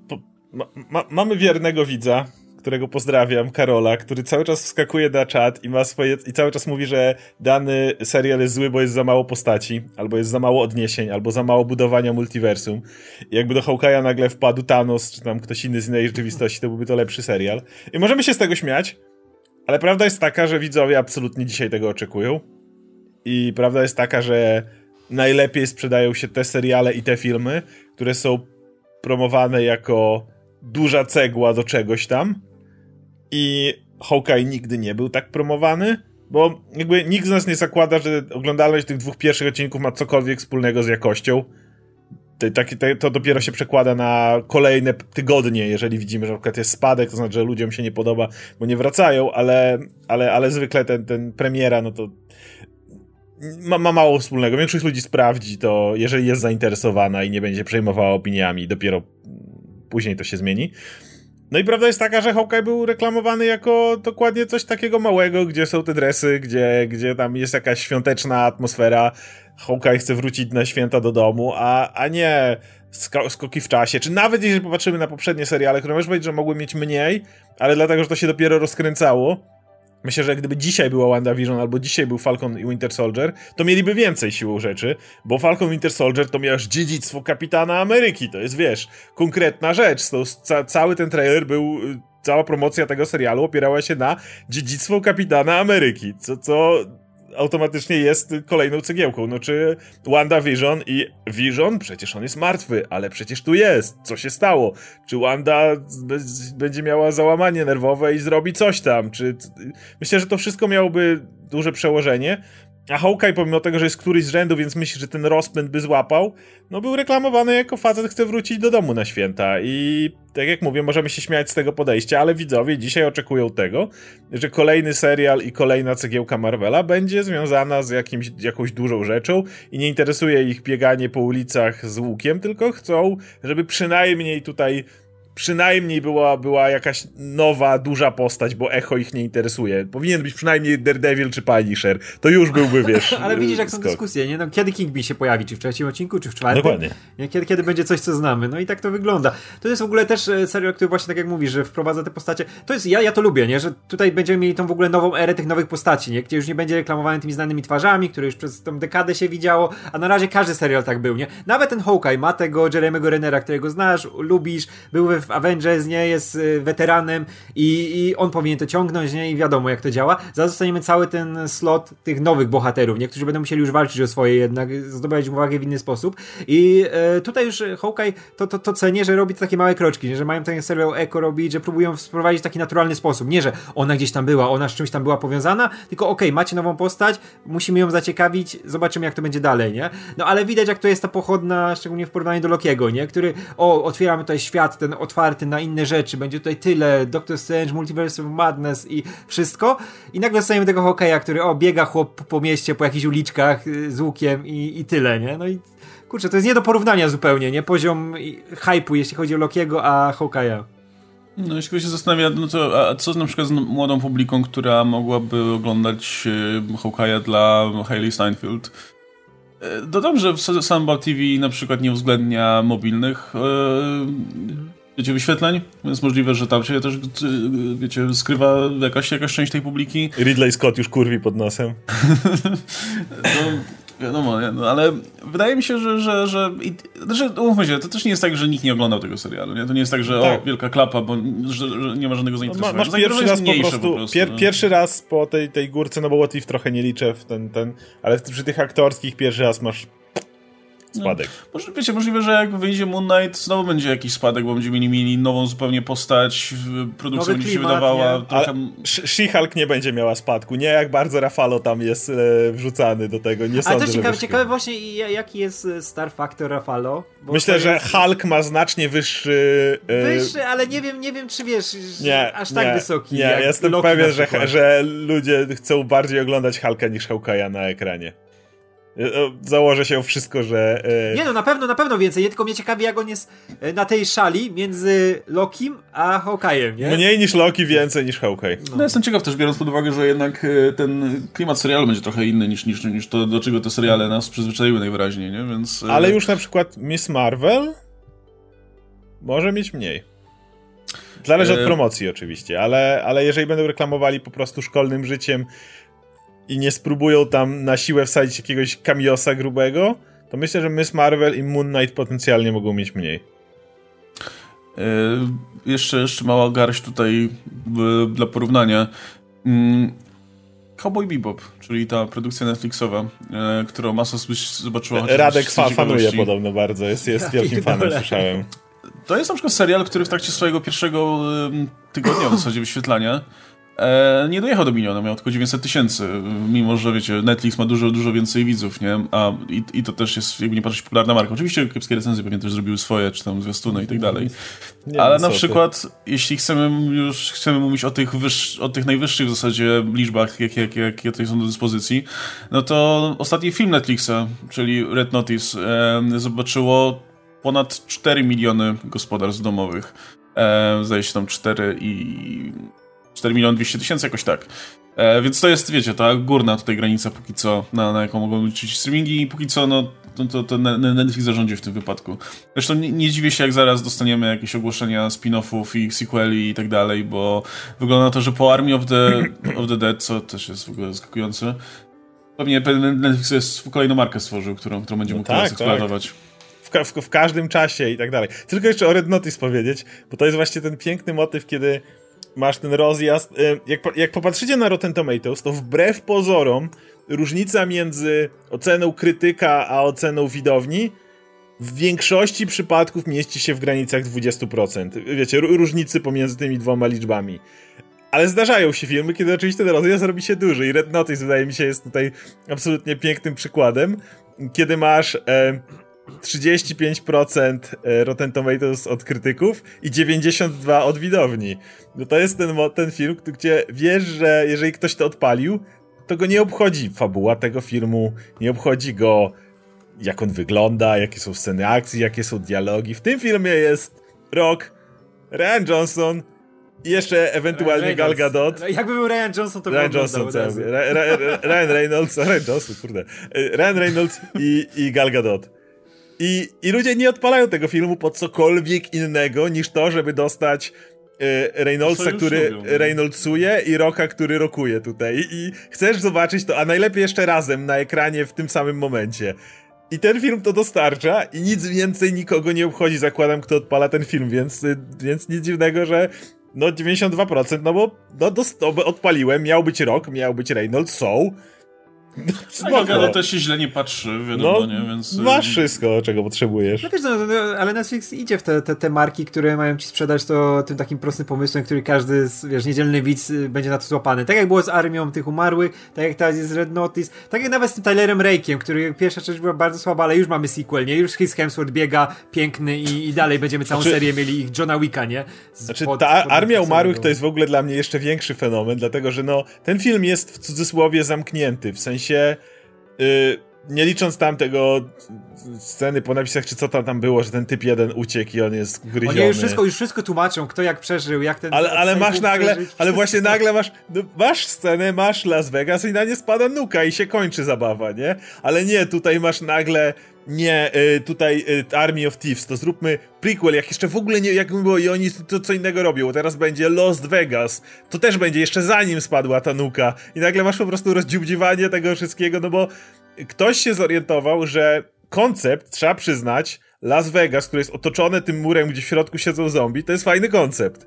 Mamy wiernego widza, którego pozdrawiam, Karola, który cały czas wskakuje na czat i cały czas mówi, że dany serial jest zły, bo jest za mało postaci, albo jest za mało odniesień, albo za mało budowania multiversum. I jakby do Hawkeye'a nagle wpadł Thanos, czy tam ktoś inny z innej rzeczywistości, to byłby to lepszy serial. I możemy się z tego śmiać, ale prawda jest taka, że widzowie absolutnie dzisiaj tego oczekują. I prawda jest taka, że najlepiej sprzedają się te seriale i te filmy, które są promowane jako duża cegła do czegoś tam. I Hawkeye nigdy nie był tak promowany, bo jakby nikt z nas nie zakłada, że oglądalność tych 2 pierwszych odcinków ma cokolwiek wspólnego z jakością. To dopiero się przekłada na kolejne tygodnie, jeżeli widzimy, że na przykład jest spadek, to znaczy, że ludziom się nie podoba, bo nie wracają, ale zwykle ten premiera, no to ma mało wspólnego. Większość ludzi sprawdzi to, jeżeli jest zainteresowana i nie będzie przejmowała opiniami, dopiero później to się zmieni. No i prawda jest taka, że Hawkeye był reklamowany jako dokładnie coś takiego małego, gdzie są te dresy, gdzie tam jest jakaś świąteczna atmosfera. Hawkeye chce wrócić na święta do domu, a nie skoki w czasie. Czy nawet jeżeli popatrzymy na poprzednie seriale, które może powiedzieć, że mogły mieć mniej, ale dlatego, że to się dopiero rozkręcało. Myślę, że gdyby dzisiaj była WandaVision albo dzisiaj był Falcon i Winter Soldier, to mieliby więcej siłą rzeczy, bo Falcon i Winter Soldier to miałeś dziedzictwo Kapitana Ameryki, to jest, wiesz, konkretna rzecz. Cały ten trailer był, cała promocja tego serialu opierała się na dziedzictwo Kapitana Ameryki, co automatycznie jest kolejną cegiełką. No czy WandaVision i Vision? Przecież on jest martwy, ale przecież tu jest. Co się stało? Czy Wanda będzie miała załamanie nerwowe i zrobi coś tam? Myślę, że to wszystko miałoby duże przełożenie. A Hawkeye, pomimo tego, że jest któryś z rzędu, więc myśli, że ten rozpęd by złapał, no był reklamowany jako facet chce wrócić do domu na święta i tak jak mówię, możemy się śmiać z tego podejścia, ale widzowie dzisiaj oczekują tego, że kolejny serial i kolejna cegiełka Marvela będzie związana z jakąś dużą rzeczą i nie interesuje ich bieganie po ulicach z łukiem, tylko chcą, żeby przynajmniej była jakaś nowa, duża postać, bo Echo ich nie interesuje. Powinien być przynajmniej Daredevil czy Punisher. To już byłby, wiesz... Ale widzisz, jak są dyskusje, nie? No, kiedy Kingpin się pojawi? Czy w trzecim odcinku, czy w czwartym? Dokładnie. Kiedy będzie coś, co znamy? No i tak to wygląda. To jest w ogóle też serial, który właśnie tak jak mówisz, że wprowadza te postacie. To jest, ja to lubię, nie? Że tutaj będziemy mieli tą w ogóle nową erę tych nowych postaci, nie? Gdzie już nie będzie reklamowany tymi znanymi twarzami, które już przez tą dekadę się widziało, a na razie każdy serial tak był, nie? Nawet ten Hawkeye ma tego Jeremy'ego Rennera, którego znasz, lubisz, był w Avengers, nie? Jest weteranem i on powinien to ciągnąć, nie? I wiadomo, jak to działa. Zaraz dostaniemy cały ten slot tych nowych bohaterów, nie? Którzy będą musieli już walczyć o swoje jednak, zdobywać uwagę w inny sposób. I tutaj już Hawkeye to cenię, że robi to takie małe kroczki, nie? Że mają ten serial Echo robić, że próbują wprowadzić w taki naturalny sposób. Nie, że ona gdzieś tam była, ona z czymś tam była powiązana, tylko okej, macie nową postać, musimy ją zaciekawić, zobaczymy, jak to będzie dalej, nie? No ale widać, jak to jest ta pochodna, szczególnie w porównaniu do Lokiego, nie? Który, otwieramy tutaj świat ten otwarty na inne rzeczy, będzie tutaj tyle, Doctor Strange, Multiverse of Madness i wszystko. I nagle dostajemy tego Hawkeye'a, który biega chłop po mieście, po jakichś uliczkach z łukiem i tyle, nie? No i kurczę, to jest nie do porównania zupełnie, nie? Poziom hype'u, jeśli chodzi o Lokiego, a Hawkeye'a. No jeśli ktoś się zastanawia, no to a co na przykład z młodą publiką, która mogłaby oglądać Hawkeye'a dla Hailey Steinfeld? Dodam, że Sunball TV na przykład nie uwzględnia mobilnych wyświetleń, więc możliwe, że tam się też, skrywa jakaś część tej publiki. Ridley Scott już kurwi pod nosem. No, wiadomo, nie? No, ale wydaje mi się, że umówmy się, to też nie jest tak, że nikt nie oglądał tego serialu, nie? To nie jest tak, że tak. Wielka klapa, bo że nie ma żadnego zainteresowania. Masz pierwszy raz po prostu pierwszy raz po tej górce, no bo What If trochę nie liczę w ten, ale przy tych aktorskich pierwszy raz masz spadek. No, możliwe, że jak wyjdzie Moon Knight, znowu będzie jakiś spadek, bo będziemy mieli nową zupełnie postać, produkcja będzie się wydawała. Trochę... She-Hulk nie będzie miała spadku, nie jak bardzo Ruffalo tam jest wrzucany do tego, nie sądzę, ale to ciekawe właśnie jaki jest star factor Ruffalo. Myślę, że Hulk ma znacznie wyższy... Wyższy, ale nie wiem czy wiesz, aż tak wysoki. Nie, jestem pewien, że ludzie chcą bardziej oglądać Hulka niż Hawkeye'a na ekranie. Założę się o wszystko, że... Nie no, na pewno więcej, tylko mnie ciekawi, jak on jest na tej szali między Lokim a Hawkeye'em, nie? Mniej niż Loki, więcej niż Hawkeye. No jestem ciekaw też, biorąc pod uwagę, że jednak ten klimat serialu będzie trochę inny niż to, do czego te seriale nas przyzwyczaiły najwyraźniej, nie? Więc... Ale już na przykład Miss Marvel może mieć mniej. Zależy od promocji oczywiście, ale jeżeli będą reklamowali po prostu szkolnym życiem i nie spróbują tam na siłę wsadzić jakiegoś camiosa grubego, to myślę, że Miss Marvel i Moon Knight potencjalnie mogą mieć mniej. Jeszcze mała garść tutaj dla porównania. Cowboy Bebop, czyli ta produkcja Netflixowa, którą masa zobaczyła. Radek fanuje podobno bardzo, jest wielkim fanem, słyszałem. To jest na przykład serial, który w trakcie swojego pierwszego tygodnia w zasadzie wyświetlania nie dojechał do miliona, miał tylko 900 000, mimo że wiecie, Netflix ma dużo więcej widzów, nie? I to też jest, jakby nie patrzeć, popularna marka. Oczywiście kiepskie recenzje pewnie też zrobiły swoje, czy tam zwiastuny i tak dalej. Ale na przykład, jeśli chcemy mówić o tych najwyższych w zasadzie liczbach, jakie tutaj są do dyspozycji, no to ostatni film Netflixa, czyli Red Notice, zobaczyło ponad 4 miliony gospodarstw domowych. Zdaje się tam 4 200 000, jakoś tak. Więc to jest, wiecie, ta górna tutaj granica póki co, na jaką mogą liczyć streamingi i póki co, no to Netflix zarządzi w tym wypadku. Zresztą nie dziwię się, jak zaraz dostaniemy jakieś ogłoszenia spin-offów i sequeli i tak dalej, bo wygląda na to, że po Army of the Dead, co też jest w ogóle zaskakujące, pewnie Netflix kolejną markę stworzył, którą będzie mógł teraz eksploatować. W każdym czasie i tak dalej. Tylko jeszcze o Red Notice powiedzieć, bo to jest właśnie ten piękny motyw, kiedy masz ten rozjazd. Jak popatrzycie na Rotten Tomatoes, to wbrew pozorom różnica między oceną krytyka a oceną widowni w większości przypadków mieści się w granicach 20%. Wiecie, różnicy pomiędzy tymi dwoma liczbami. Ale zdarzają się filmy, kiedy oczywiście ten rozjazd robi się duży i Red Notice wydaje mi się jest tutaj absolutnie pięknym przykładem, kiedy masz 35% Rotten Tomatoes od krytyków i 92% od widowni. No to jest ten film, gdzie wiesz, że jeżeli ktoś to odpalił, to go nie obchodzi fabuła tego filmu, nie obchodzi go jak on wygląda, jakie są sceny akcji, jakie są dialogi. W tym filmie jest Rock, Ryan Johnson i jeszcze ewentualnie Gal Gadot. Jakby był Ryan Johnson, to Ryan Johnson, Ryan Reynolds, Ryan Johnson, kurde. Ryan Reynolds i Gal Gadot. I ludzie nie odpalają tego filmu po cokolwiek innego niż to, żeby dostać Reynoldsa, który Reynoldsuje i Rocka, który rokuje tutaj. I chcesz zobaczyć to, a najlepiej jeszcze razem na ekranie w tym samym momencie. I ten film to dostarcza i nic więcej nikogo nie obchodzi, zakładam, kto odpala ten film, więc nic dziwnego, że 92%, no bo odpaliłem, miał być Rock, miał być Reynolds, Ale też się źle nie patrzy, wiadomo, nie? Więc... Masz wszystko, czego potrzebujesz. No wiesz, ale Netflix idzie w te marki, które mają ci sprzedać to tym takim prostym pomysłem, który każdy, niedzielny widz będzie na to złapany. Tak jak było z Armią tych umarłych, tak jak teraz jest z Red Notice, tak jak nawet z tym Tylerem Rake'iem, który pierwsza część była bardzo słaba, ale już mamy sequel, nie? Już Chris Hemsworth biega piękny i dalej będziemy całą serię mieli ich Johna Wicka, nie? Ta Armia Umarłych to jest w ogóle dla mnie jeszcze większy fenomen, dlatego że ten film jest w cudzysłowie zamknięty, w sensie nie licząc tamtego sceny po napisach, czy co tam było, że ten typ jeden uciekł i on jest gryziony. Oni już wszystko tłumaczą, kto jak przeżył, jak ten... Ale masz nagle, właśnie nagle masz scenę, masz Las Vegas i na nie spada nuka i się kończy zabawa, nie? Ale nie, tutaj masz nagle Army of Thieves, to zróbmy prequel, jak jeszcze w ogóle nie, jak było i oni to co innego robią, teraz będzie Lost Vegas, to też będzie jeszcze zanim spadła ta nuka i nagle masz po prostu rozdziubdziwanie tego wszystkiego, no bo ktoś się zorientował, że koncept, trzeba przyznać, Las Vegas, który jest otoczony tym murem, gdzie w środku siedzą zombie, to jest fajny koncept.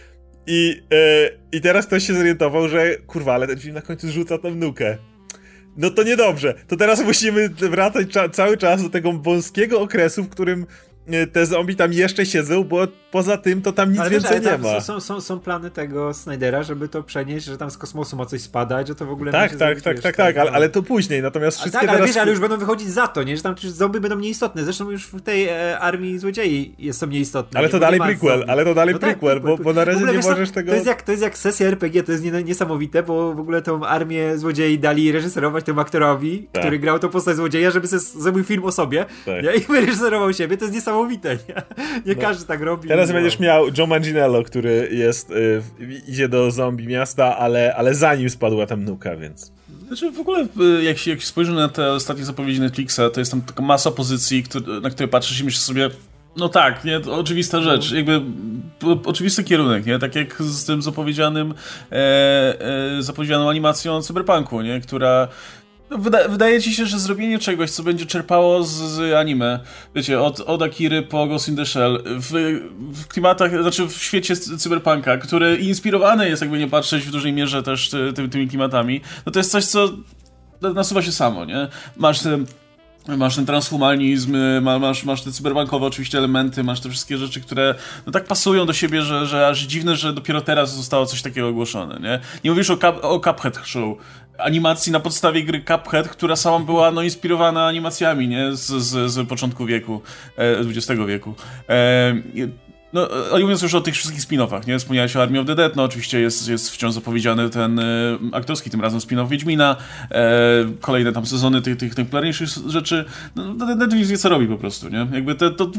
I teraz ktoś się zorientował, że kurwa, ale ten film na końcu zrzuca tą nukę. No to niedobrze. To teraz musimy wracać cały czas do tego wąskiego okresu, w którym te zombie tam jeszcze siedzą, bo poza tym to tam nic więcej nie ma. Są plany tego Snydera, żeby to przenieść, że tam z kosmosu ma coś spadać, że to w ogóle... Tak, ale to później, natomiast wszystkie ale już będą wychodzić za to, nie? Że tam zombie będą nieistotne. Zresztą już w tej Armii Złodziei są nieistotne. Ale to dalej prequel, bo na razie nie możesz tego... To jest jak sesja RPG, to jest niesamowite, bo w ogóle tą Armię Złodziei dali reżyserować temu aktorowi, który grał tą postać złodzieja, żeby zrobił film o sobie, nie? I wyreżyserował siebie, to jest niesamowite, nie każdy tak robi. Teraz będziesz miał Joe Manganiello, który idzie do zombie miasta, ale zanim spadła tam nuka, więc... Znaczy w ogóle jak się spojrzy na te ostatnie zapowiedzi Netflixa, to jest tam taka masa pozycji, na które patrzysz i myślisz sobie, no tak, nie, to oczywista rzecz, jakby oczywisty kierunek, nie, tak jak z tym zapowiedzianą animacją Cyberpunku, nie, która... Wydaje ci się, że zrobienie czegoś, co będzie czerpało z anime, wiecie, od Akiry po Ghost in the Shell, w klimatach, znaczy w świecie cyberpunka, który inspirowany jest, jakby nie patrzeć, w dużej mierze też tymi klimatami, no to jest coś, co nasuwa się samo, nie? Masz ten transhumanizm, masz te cyberpunkowe oczywiście elementy, masz te wszystkie rzeczy, które no tak pasują do siebie, że aż dziwne, że dopiero teraz zostało coś takiego ogłoszone, nie? Nie mówisz o Cuphead Show, animacji na podstawie gry Cuphead, która sama była inspirowana animacjami, nie? Z początku wieku, XX wieku. Oni mówiąc już o tych wszystkich spin-offach, nie? Wspomniałeś o Army of the Dead, oczywiście jest wciąż zapowiedziany ten aktorski, tym razem spin-off Wiedźmina, kolejne tam sezony tych najpopularniejszych rzeczy. Netflix wie, co robi po prostu, nie? Jakby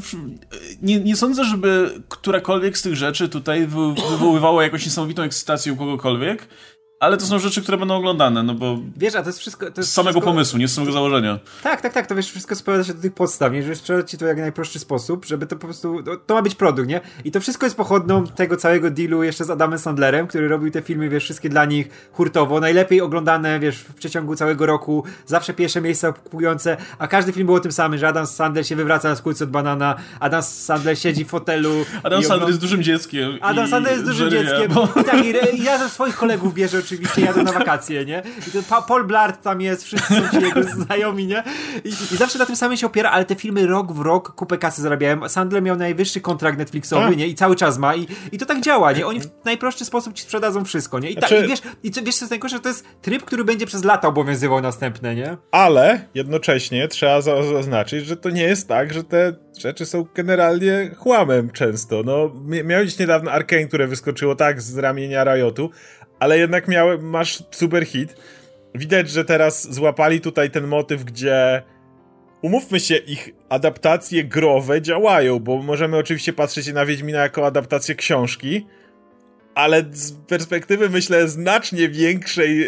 nie sądzę, żeby którakolwiek z tych rzeczy tutaj wywoływała jakąś niesamowitą ekscytację u kogokolwiek, ale to są rzeczy, które będą oglądane, no bo... Wiesz, a to jest wszystko... z samego pomysłu, nie z samego założenia. Tak, to wiesz, wszystko sprowadza się do tych podstaw, nie? Żeby sprzedać ci to jak najprostszy sposób, żeby to po prostu... To ma być produkt, nie? I to wszystko jest pochodną tego całego dealu jeszcze z Adamem Sandlerem, który robił te filmy, wiesz, wszystkie dla nich hurtowo, najlepiej oglądane, wiesz, w przeciągu całego roku, zawsze pierwsze miejsca kupujące, a każdy film był o tym samym, że Adam Sandler się wywraca na skórce od banana, Adam Sandler siedzi w fotelu... Adam Sandler jest dużym dzieckiem. Adam Sandler jest dużym dzieckiem. I razem swoich kolegów bierze oczywiście jadą na wakacje, nie? I ten Paul Blart tam jest, wszyscy są ci jego znajomi, nie? I zawsze na tym samym się opiera, ale te filmy rok w rok kupę kasy zarabiają. Sandler miał najwyższy kontrakt Netflixowy, nie? I cały czas ma. I to tak działa, nie? Oni w najprostszy sposób ci sprzedadzą wszystko, nie? I wiesz co jest najgorsze, że to jest tryb, który będzie przez lata obowiązywał następne, nie? Ale jednocześnie trzeba zaznaczyć, że to nie jest tak, że te rzeczy są generalnie chłamem często. No, miałeś niedawno Arcane, które wyskoczyło tak z ramienia Riotu, ale jednak masz super hit. Widać, że teraz złapali tutaj ten motyw, gdzie umówmy się, ich adaptacje growe działają, bo możemy oczywiście patrzeć na Wiedźmina jako adaptację książki, ale z perspektywy, myślę, znacznie większej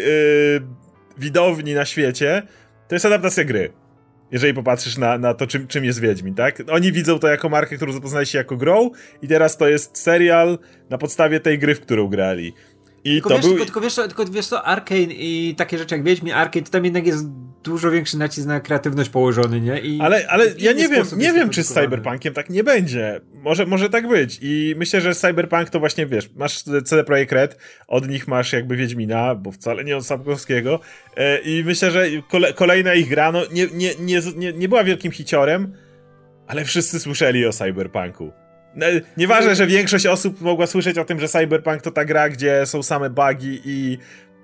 widowni na świecie, to jest adaptacja gry. Jeżeli popatrzysz na to, czym jest Wiedźmin, tak? Oni widzą to jako markę, którą zapoznali się jako grą i teraz to jest serial na podstawie tej gry, w którą grali. I tylko wiesz co, Arcane i takie rzeczy jak Wiedźmin, Arcane, to tam jednak jest dużo większy nacisk na kreatywność położony, nie? Ale ja nie wiem, czy z Cyberpunkiem tak nie będzie. Może tak być. I myślę, że Cyberpunk to właśnie, wiesz, masz CD Projekt Red, od nich masz jakby Wiedźmina, bo wcale nie od Sapkowskiego. I myślę, że kolejna ich gra, no nie była wielkim hiciorem, ale wszyscy słyszeli o Cyberpunku. Nieważne, że większość osób mogła słyszeć o tym, że Cyberpunk to ta gra, gdzie są same bugi i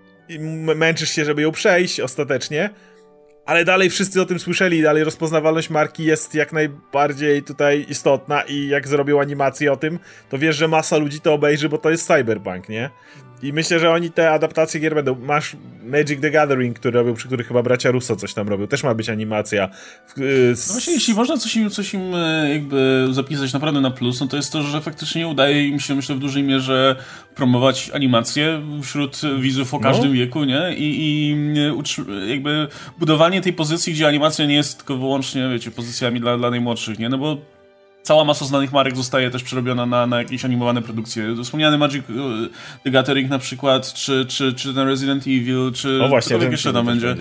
męczysz się, żeby ją przejść ostatecznie, ale dalej wszyscy o tym słyszeli, dalej rozpoznawalność marki jest jak najbardziej tutaj istotna i jak zrobią animację o tym, to wiesz, że masa ludzi to obejrzy, bo to jest Cyberpunk, nie? I myślę, że oni te adaptacje gier będą. Masz Magic the Gathering, który robił, przy których chyba bracia Russo coś tam robią. Też ma być animacja. No właśnie, jeśli można coś im jakby zapisać naprawdę na plus, no to jest to, że faktycznie udaje im się, myślę, w dużej mierze promować animację wśród widzów o każdym wieku, nie? I jakby budowanie tej pozycji, gdzie animacja nie jest tylko wyłącznie, wiecie, pozycjami dla najmłodszych, nie? No bo cała masa znanych marek zostaje też przerobiona na jakieś animowane produkcje. Wspomniany Magic the Gathering na przykład, czy ten Resident Evil, czy cokolwiek jeszcze tam będzie.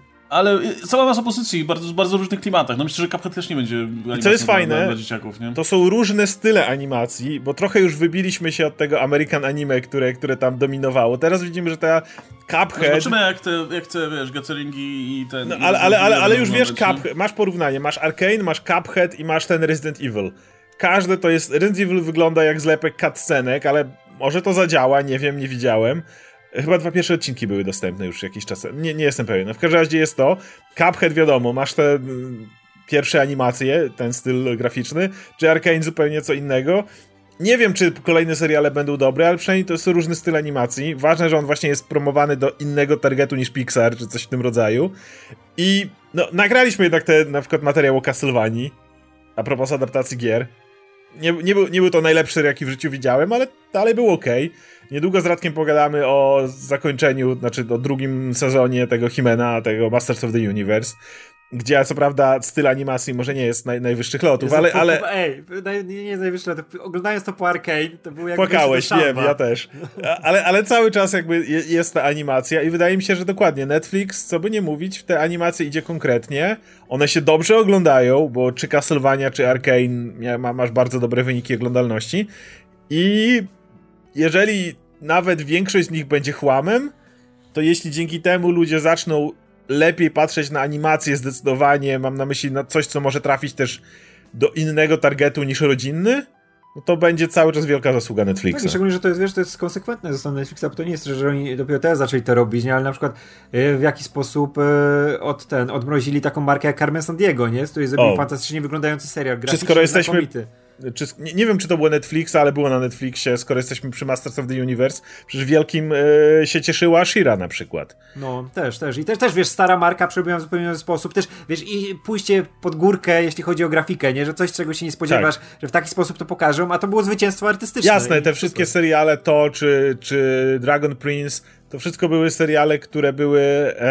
Ale cała masa pozycji, bardzo różnych klimatach. No myślę, że Cuphead też nie będzie co jest fajne, dla dzieciaków, nie? To są różne style animacji, bo trochę już wybiliśmy się od tego American Anime, które tam dominowało. Teraz widzimy, że ta Cuphead... No zobaczymy jak te, wiesz, Gatheringi i ten... No, ale już wiesz, masz porównanie, masz Arcane, masz Cuphead i masz ten Resident Evil. Każde to jest... Resident Evil wygląda jak zlepek cutscenek, ale może to zadziała, nie wiem, nie widziałem. Chyba 2 pierwsze odcinki były dostępne już jakiś czas. Nie jestem pewien. No w każdym razie jest to. Cuphead wiadomo, masz te pierwsze animacje, ten styl graficzny, czy Arcane zupełnie co innego. Nie wiem, czy kolejne seriale będą dobre, ale przynajmniej to jest różny styl animacji. Ważne, że on właśnie jest promowany do innego targetu niż Pixar, czy coś w tym rodzaju. I no, nagraliśmy jednak na przykład materiał o Castlevanii, a propos adaptacji gier. Nie był to najlepszy serial, jaki w życiu widziałem, ale dalej był okej. Niedługo z Radkiem pogadamy o zakończeniu, znaczy o drugim sezonie tego He-Mana, tego Masters of the Universe, gdzie co prawda styl animacji może nie jest najwyższych lotów, ale... nie jest najwyższy lot. Oglądając to po Arcane, to było jak... Płakałeś, wiem, ja też. Ale cały czas jakby jest ta animacja i wydaje mi się, że dokładnie Netflix, co by nie mówić, w te animacje idzie konkretnie. One się dobrze oglądają, bo czy Castlevania, czy Arcane masz bardzo dobre wyniki oglądalności i jeżeli nawet większość z nich będzie chłamem, to jeśli dzięki temu ludzie zaczną lepiej patrzeć na animację zdecydowanie, mam na myśli na coś, co może trafić też do innego targetu niż rodzinny, no to będzie cały czas wielka zasługa Netflixa. Tak, szczególnie, że to jest, wiesz, to jest konsekwentne ze strony Netflixa, bo to nie jest, że oni dopiero teraz zaczęli to robić, nie? Ale na przykład w jaki sposób odmrozili taką markę jak Carmen Sandiego, nie? Z której zrobili fantastycznie wyglądający serial graficzny, skoro jesteśmy znakomity. Nie wiem, czy to było Netflixa, ale było na Netflixie, skoro jesteśmy przy Masters of the Universe. Przecież wielkim się cieszyła She-Ra na przykład. No, też. I też, wiesz, stara marka przerobiona w zupełnie inny sposób. Też, wiesz, i pójście pod górkę, jeśli chodzi o grafikę, nie? Że coś, czego się nie spodziewasz, że w taki sposób to pokażą, a to było zwycięstwo artystyczne. Jasne, te wszystkie seriale, czy Dragon Prince, to wszystko były seriale, które były...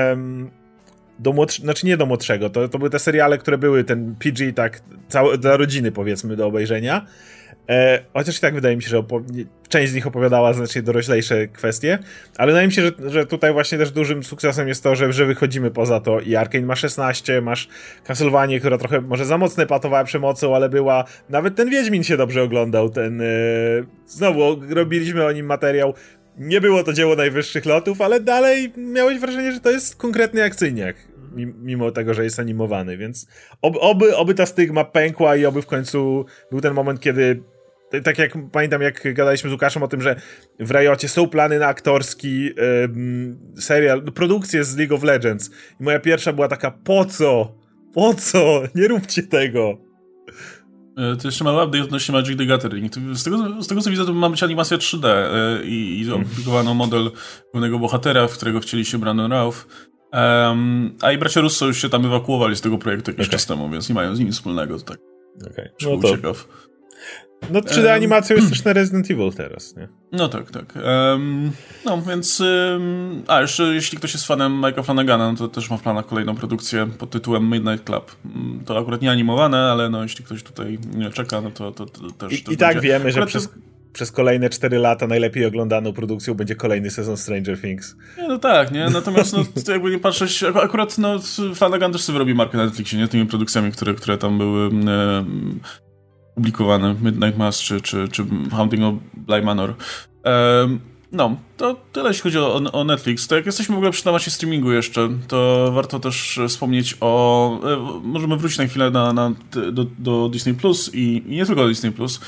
znaczy nie do młodszego, to były te seriale, które były ten PG, tak, dla rodziny powiedzmy do obejrzenia. Chociaż i tak wydaje mi się, że część z nich opowiadała znacznie doroślejsze kwestie, ale wydaje mi się, że tutaj właśnie też dużym sukcesem jest to, że wychodzimy poza to i Arcane ma 16, masz Castlevanię, która trochę może za mocno epatowała przemocą, ale była, nawet ten Wiedźmin się dobrze oglądał, znowu robiliśmy o nim materiał. Nie było to dzieło najwyższych lotów, ale dalej miałeś wrażenie, że to jest konkretny akcyjniak, mimo tego, że jest animowany, więc oby ta stygma pękła i oby w końcu był ten moment, kiedy tak jak pamiętam, jak gadaliśmy z Łukaszem o tym, że w Riocie są plany na aktorski serial, produkcję z League of Legends. I moja pierwsza była taka, po co? Po co? Nie róbcie tego. To jeszcze mały update odnośnie Magic the Gathering. Z tego co widzę, to ma być animacja 3D i opublikowano model głównego bohatera, w którego wcieli się Brandon Routh. A i bracia Russo już się tam ewakuowali z tego projektu jakiś czas temu, więc nie mają z nim wspólnego. To tak. No to ciekaw. No 3D animacja jest też na Resident Evil teraz, nie? No tak. No więc... jeszcze jeśli ktoś jest fanem Mike'a Flanagana, no to też ma w planach kolejną produkcję pod tytułem Midnight Club. To akurat nie animowane, ale no jeśli ktoś tutaj nie czeka, no to też... I tak wiemy, że przez kolejne 4 lata najlepiej oglądaną produkcją będzie kolejny sezon Stranger Things. No tak, nie? Natomiast to jakby nie patrzeć, akurat Flanagan też sobie robi markę na Netflixie, nie? Tymi produkcjami, które tam były publikowane, Midnight Mass czy Haunting of Bly Manor. No, to tyle jeśli chodzi o Netflix. To jak jesteśmy w ogóle przy temacie streamingu jeszcze, to warto też wspomnieć możemy wrócić na chwilę do Disney Plus i nie tylko do Disney Plus,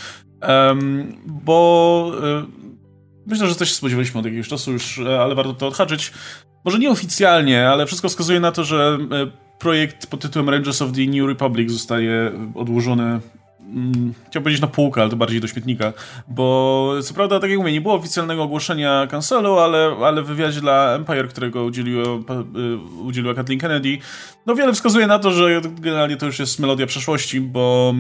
bo myślę, że też się spodziewaliśmy od jakiegoś czasu już, ale warto to odhaczyć. Może nieoficjalnie, ale wszystko wskazuje na to, że projekt pod tytułem Rangers of the New Republic zostaje odłożony, chciałbym powiedzieć na półkę, ale to bardziej do śmietnika, bo co prawda, tak jak mówię, nie było oficjalnego ogłoszenia cancelu, ale w wywiadzie dla Empire, którego udzieliła Kathleen Kennedy, no wiele wskazuje na to, że generalnie to już jest melodia przeszłości, bo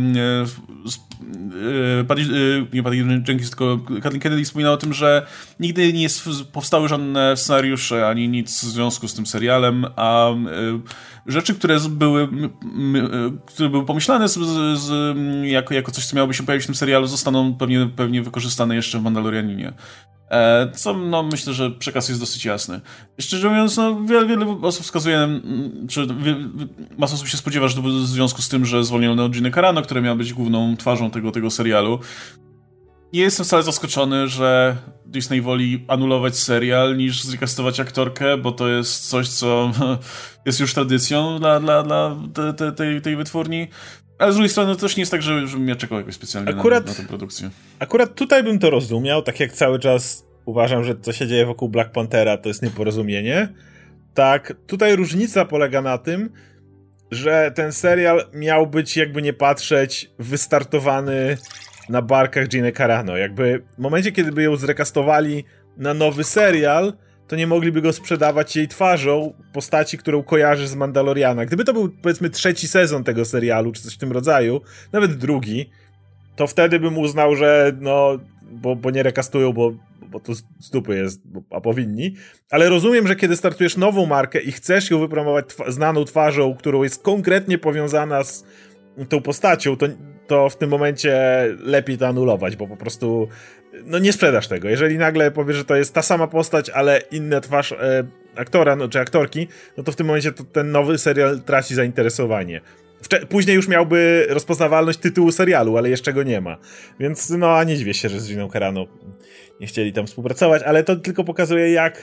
nie Patty Jenkins, tylko Kathleen Kennedy wspominała o tym, że nigdy nie powstały żadne scenariusze, ani nic w związku z tym serialem, a rzeczy, które były pomyślane jako coś, co miałoby się pojawić w tym serialu, zostaną pewnie wykorzystane jeszcze w Mandalorianinie. Co, no, myślę, że przekaz jest dosyć jasny. Szczerze mówiąc, no, wiele osób wskazuje, czy masa osób się spodziewa, że to w związku z tym, że zwolniono Gina Carano, która miała być główną twarzą tego serialu. Nie jestem wcale zaskoczony, że Disney woli anulować serial, niż zrecastować aktorkę, bo to jest coś, co jest już tradycją dla tej wytwórni. Ale z drugiej strony to też nie jest tak, żebym ja czekał jakoś specjalnie na tę produkcję. Akurat tutaj bym to rozumiał, tak jak cały czas uważam, że co się dzieje wokół Black Panthera to jest nieporozumienie. Tak, tutaj różnica polega na tym, że ten serial miał być, jakby nie patrzeć, wystartowany na barkach Giny Carano. Jakby w momencie, kiedy by ją zrekastowali na nowy serial, to nie mogliby go sprzedawać jej twarzą postaci, którą kojarzysz z Mandaloriana. Gdyby to był, powiedzmy, 3. sezon tego serialu, czy coś w tym rodzaju, nawet 2, to wtedy bym uznał, że no, bo nie rekastują, bo to z dupy jest, a powinni. Ale rozumiem, że kiedy startujesz nową markę i chcesz ją wypromować znaną twarzą, którą jest konkretnie powiązana z tą postacią, to w tym momencie lepiej to anulować, bo po prostu no nie sprzedasz tego. Jeżeli nagle powiesz, że to jest ta sama postać, ale inna twarz aktora czy aktorki, no to w tym momencie ten nowy serial traci zainteresowanie. Później już miałby rozpoznawalność tytułu serialu, ale jeszcze go nie ma. Więc no, a nie dziwię się, że z Giną Carano nie chcieli tam współpracować, ale to tylko pokazuje, jak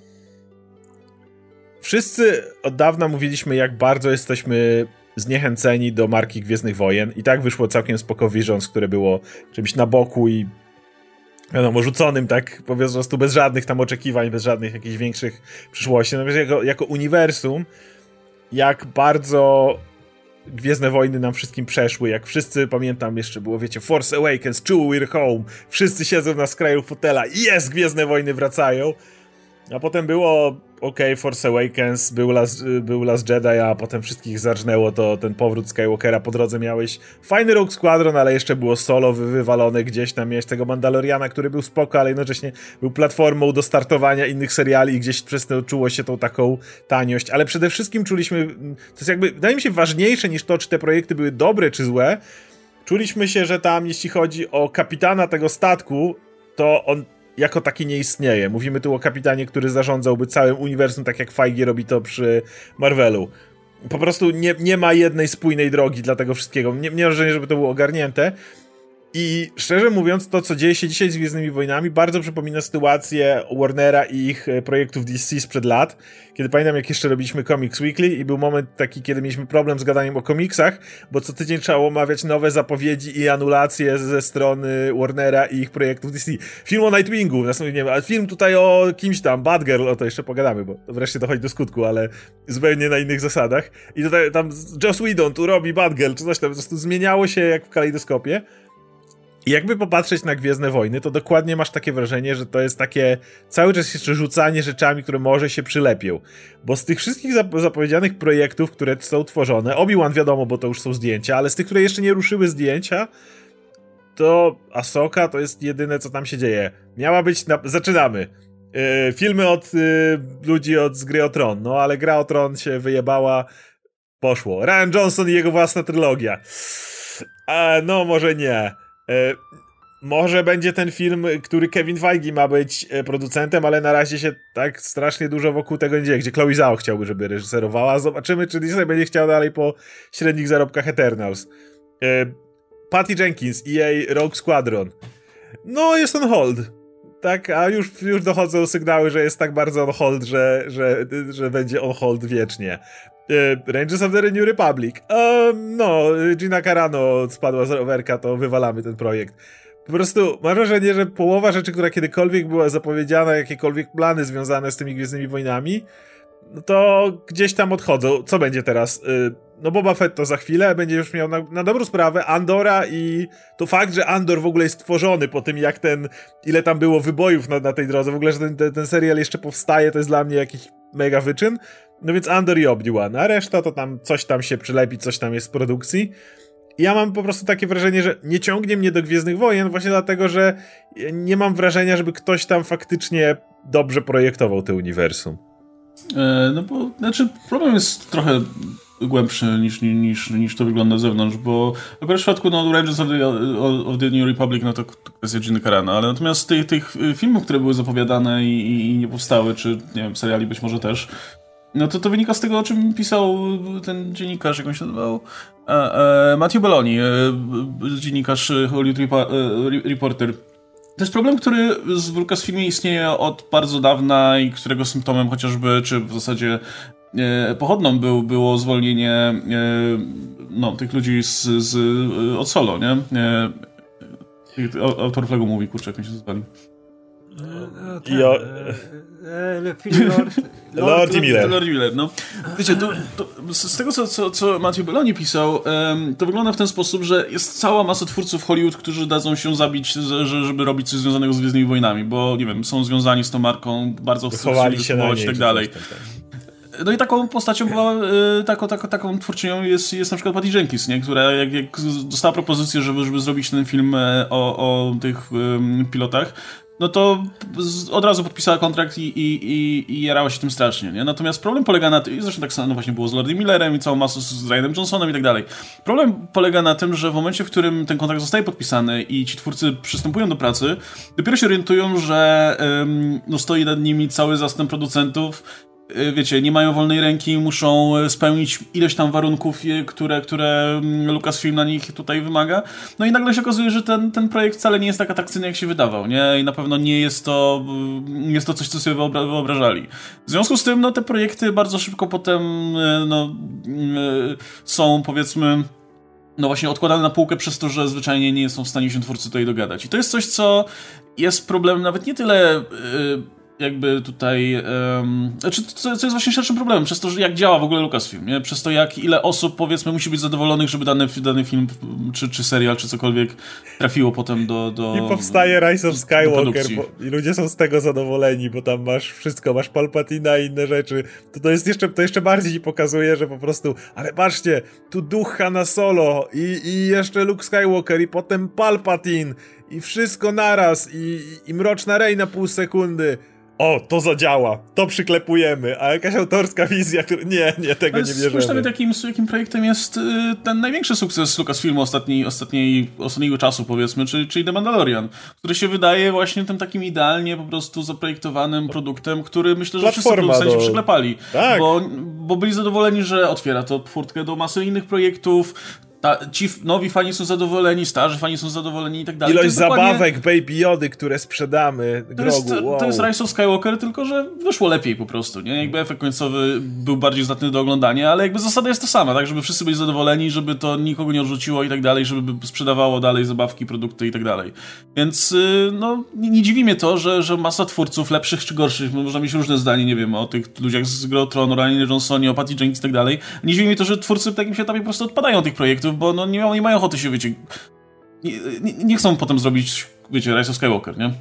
wszyscy od dawna mówiliśmy, jak bardzo jesteśmy zniechęceni do marki Gwiezdnych Wojen. I tak wyszło całkiem spoko Visions, które było czymś na boku i wiadomo, rzuconym tak po prostu bez żadnych tam oczekiwań, bez żadnych jakichś większych przyszłości. Natomiast jako uniwersum, jak bardzo Gwiezdne Wojny nam wszystkim przeszły, jak wszyscy, pamiętam, jeszcze było, wiecie, Force Awakens, Chewie, we're home, wszyscy siedzą na skraju fotela i jest, Gwiezdne Wojny wracają. A potem było Force Awakens, był Last Jedi, a potem wszystkich zarżnęło to ten powrót Skywalkera. Po drodze miałeś fajny Rogue Squadron, ale jeszcze było Solo wywalone gdzieś tam, miałeś tego Mandaloriana, który był spoko, ale jednocześnie był platformą do startowania innych seriali i gdzieś przez to czuło się tą taką taniość. Ale przede wszystkim czuliśmy, to jest jakby, wydaje mi się, ważniejsze niż to, czy te projekty były dobre, czy złe. Czuliśmy się, że tam, jeśli chodzi o kapitana tego statku, to on jako taki nie istnieje. Mówimy tu o kapitanie, który zarządzałby całym uniwersum, tak jak Feige robi to przy Marvelu. Po prostu nie ma jednej spójnej drogi dla tego wszystkiego. Nie ma wrażenia, żeby to było ogarnięte. I szczerze mówiąc, to co dzieje się dzisiaj z Gwiezdnymi Wojnami bardzo przypomina sytuację Warnera i ich projektów DC sprzed lat, kiedy pamiętam, jak jeszcze robiliśmy Comics Weekly i był moment taki, kiedy mieliśmy problem z gadaniem o komiksach, bo co tydzień trzeba omawiać nowe zapowiedzi i anulacje ze strony Warnera i ich projektów DC. Film o Nightwingu, nie wiem, a film tutaj o kimś tam, Batgirl, o to jeszcze pogadamy, bo to wreszcie dochodzi do skutku, ale zupełnie na innych zasadach. I tutaj tam Joss Whedon tu robi Batgirl, czy coś tam, po prostu zmieniało się jak w kalejdoskopie. I jakby popatrzeć na Gwiezdne Wojny, to dokładnie masz takie wrażenie, że to jest takie cały czas jeszcze rzucanie rzeczami, które może się przylepią. Bo z tych wszystkich zapowiedzianych projektów, które są tworzone, Obi-Wan wiadomo, bo to już są zdjęcia, ale z tych, które jeszcze nie ruszyły zdjęcia, to Ahsoka to jest jedyne, co tam się dzieje. Miała być... Zaczynamy. Filmy od ludzi z Gry o Tron, no ale Gra o Tron się wyjebała, poszło. Rian Johnson i jego własna trylogia. No, może nie. Może będzie ten film, który Kevin Feige ma być producentem, ale na razie się tak strasznie dużo wokół tego nie dzieje, gdzie Chloe Zhao chciałby, żeby reżyserowała. Zobaczymy, czy Disney będzie chciał dalej po średnich zarobkach Eternals. Patty Jenkins, EA Rogue Squadron. No, jest on hold. Tak, a już dochodzą sygnały, że jest tak bardzo on hold, że będzie on hold wiecznie. Rangers of the New Republic. No, Gina Carano spadła z rowerka, to wywalamy ten projekt. Po prostu mam wrażenie, że połowa rzeczy, która kiedykolwiek była zapowiedziana, jakiekolwiek plany związane z tymi Gwiezdnymi Wojnami, no to gdzieś tam odchodzą. Co będzie teraz? No Boba Fett to za chwilę, będzie już miał na dobrą sprawę Andora i to fakt, że Andor w ogóle jest tworzony po tym, jak ile tam było wybojów na tej drodze, w ogóle, że ten serial jeszcze powstaje, to jest dla mnie jakiś mega wyczyn. No więc Andor i Obi-Wan, a reszta to tam coś tam się przylepi, coś tam jest w produkcji. I ja mam po prostu takie wrażenie, że nie ciągnie mnie do Gwiezdnych Wojen właśnie dlatego, że nie mam wrażenia, żeby ktoś tam faktycznie dobrze projektował to uniwersum. No bo, znaczy problem jest trochę głębszy niż to wygląda z zewnątrz, bo akurat w przypadku Rangers of the New Republic, no to kwestia Giny Carano, ale natomiast tych filmów, które były zapowiadane i nie powstały, czy nie wiem, seriali być może też, no to wynika z tego, o czym pisał ten dziennikarz, jak on się nazywał? Matthew Belloni, dziennikarz Hollywood Reporter. To jest problem, który w Lucasfilmie istnieje od bardzo dawna i którego symptomem chociażby, czy w zasadzie pochodną było zwolnienie tych ludzi od Solo, nie? Autor Lego Movie, kurczę, jak on się nazywali. Lord Miller. Lord Miller, no. Wiecie, z tego, co Matthew Belloni pisał, to wygląda w ten sposób, że jest cała masa twórców Hollywood, którzy dadzą się zabić, żeby robić coś związanego z Gwiezdnymi Wojnami, bo, nie wiem, są związani z tą marką, bardzo chcą się i tak dalej. No i taką postacią była, taką twórczynią jest na przykład Patty Jenkins, nie? Która jak dostała propozycję, żeby zrobić ten film o tych pilotach, no to od razu podpisała kontrakt i jarała się tym strasznie, nie? Natomiast problem polega na tym, zresztą tak samo właśnie było z Lordem Millerem i całą masą z Ryanem Johnsonem i tak dalej. Problem polega na tym, że w momencie, w którym ten kontrakt zostaje podpisany i ci twórcy przystępują do pracy, dopiero się orientują, że stoi nad nimi cały zastęp producentów. Wiecie, nie mają wolnej ręki, muszą spełnić ileś tam warunków, które Lucasfilm na nich tutaj wymaga. No i nagle się okazuje, że ten projekt wcale nie jest tak atrakcyjny, jak się wydawał, nie? I na pewno nie jest to coś, co sobie wyobrażali. W związku z tym, te projekty bardzo szybko potem są, powiedzmy, właśnie odkładane na półkę przez to, że zwyczajnie nie są w stanie się twórcy tutaj dogadać. I to jest coś, co jest problemem nawet nie tyle jakby tutaj, co jest właśnie szerszym problemem, przez to, że jak działa w ogóle Lucasfilm, nie? Przez to, ile osób, powiedzmy, musi być zadowolonych, żeby dany film, czy serial, czy cokolwiek trafiło potem do I powstaje Rise of Skywalker, i ludzie są z tego zadowoleni, bo tam masz wszystko, masz Palpatina i inne rzeczy. To jeszcze bardziej ci pokazuje, że po prostu, ale patrzcie, tu duch Hanna Solo i jeszcze Luke Skywalker i potem Palpatine i wszystko naraz i mroczna Rey na pół sekundy. O, to zadziała, to przyklepujemy, a jakaś autorska wizja, która... Nie, tego nie bierzemy. Nawet jakim projektem jest ten największy sukces Lucasfilmu ostatniego czasu, powiedzmy, czyli The Mandalorian, który się wydaje właśnie tym takim idealnie po prostu zaprojektowanym produktem, który myślę, że wszyscy producenci przyklepali. Tak. Bo byli zadowoleni, że otwiera to furtkę do masy innych projektów. Ci nowi fani są zadowoleni, starzy fani są zadowoleni i tak dalej. Ilość zabawek Baby Jody, które sprzedamy, to jest Rise of Skywalker, tylko że wyszło lepiej po prostu, nie? Jakby efekt końcowy był bardziej zdatny do oglądania, ale jakby zasada jest ta sama, tak? Żeby wszyscy byli zadowoleni, żeby to nikogo nie odrzuciło i tak dalej, żeby sprzedawało dalej zabawki, produkty i tak dalej. Więc no, nie dziwi mnie to, że masa twórców, lepszych czy gorszych, można mieć różne zdanie, nie wiem, o tych ludziach z Gry o Tron, o Ryan Johnsonie, o Patty Jenkins i tak dalej. Nie dziwi mnie to, że twórcy w jakimś etapie po prostu odpadają od tych projektów, bo no, nie mają ochoty się, wiecie, nie chcą potem zrobić, wiecie, Rise of Skywalker, nie?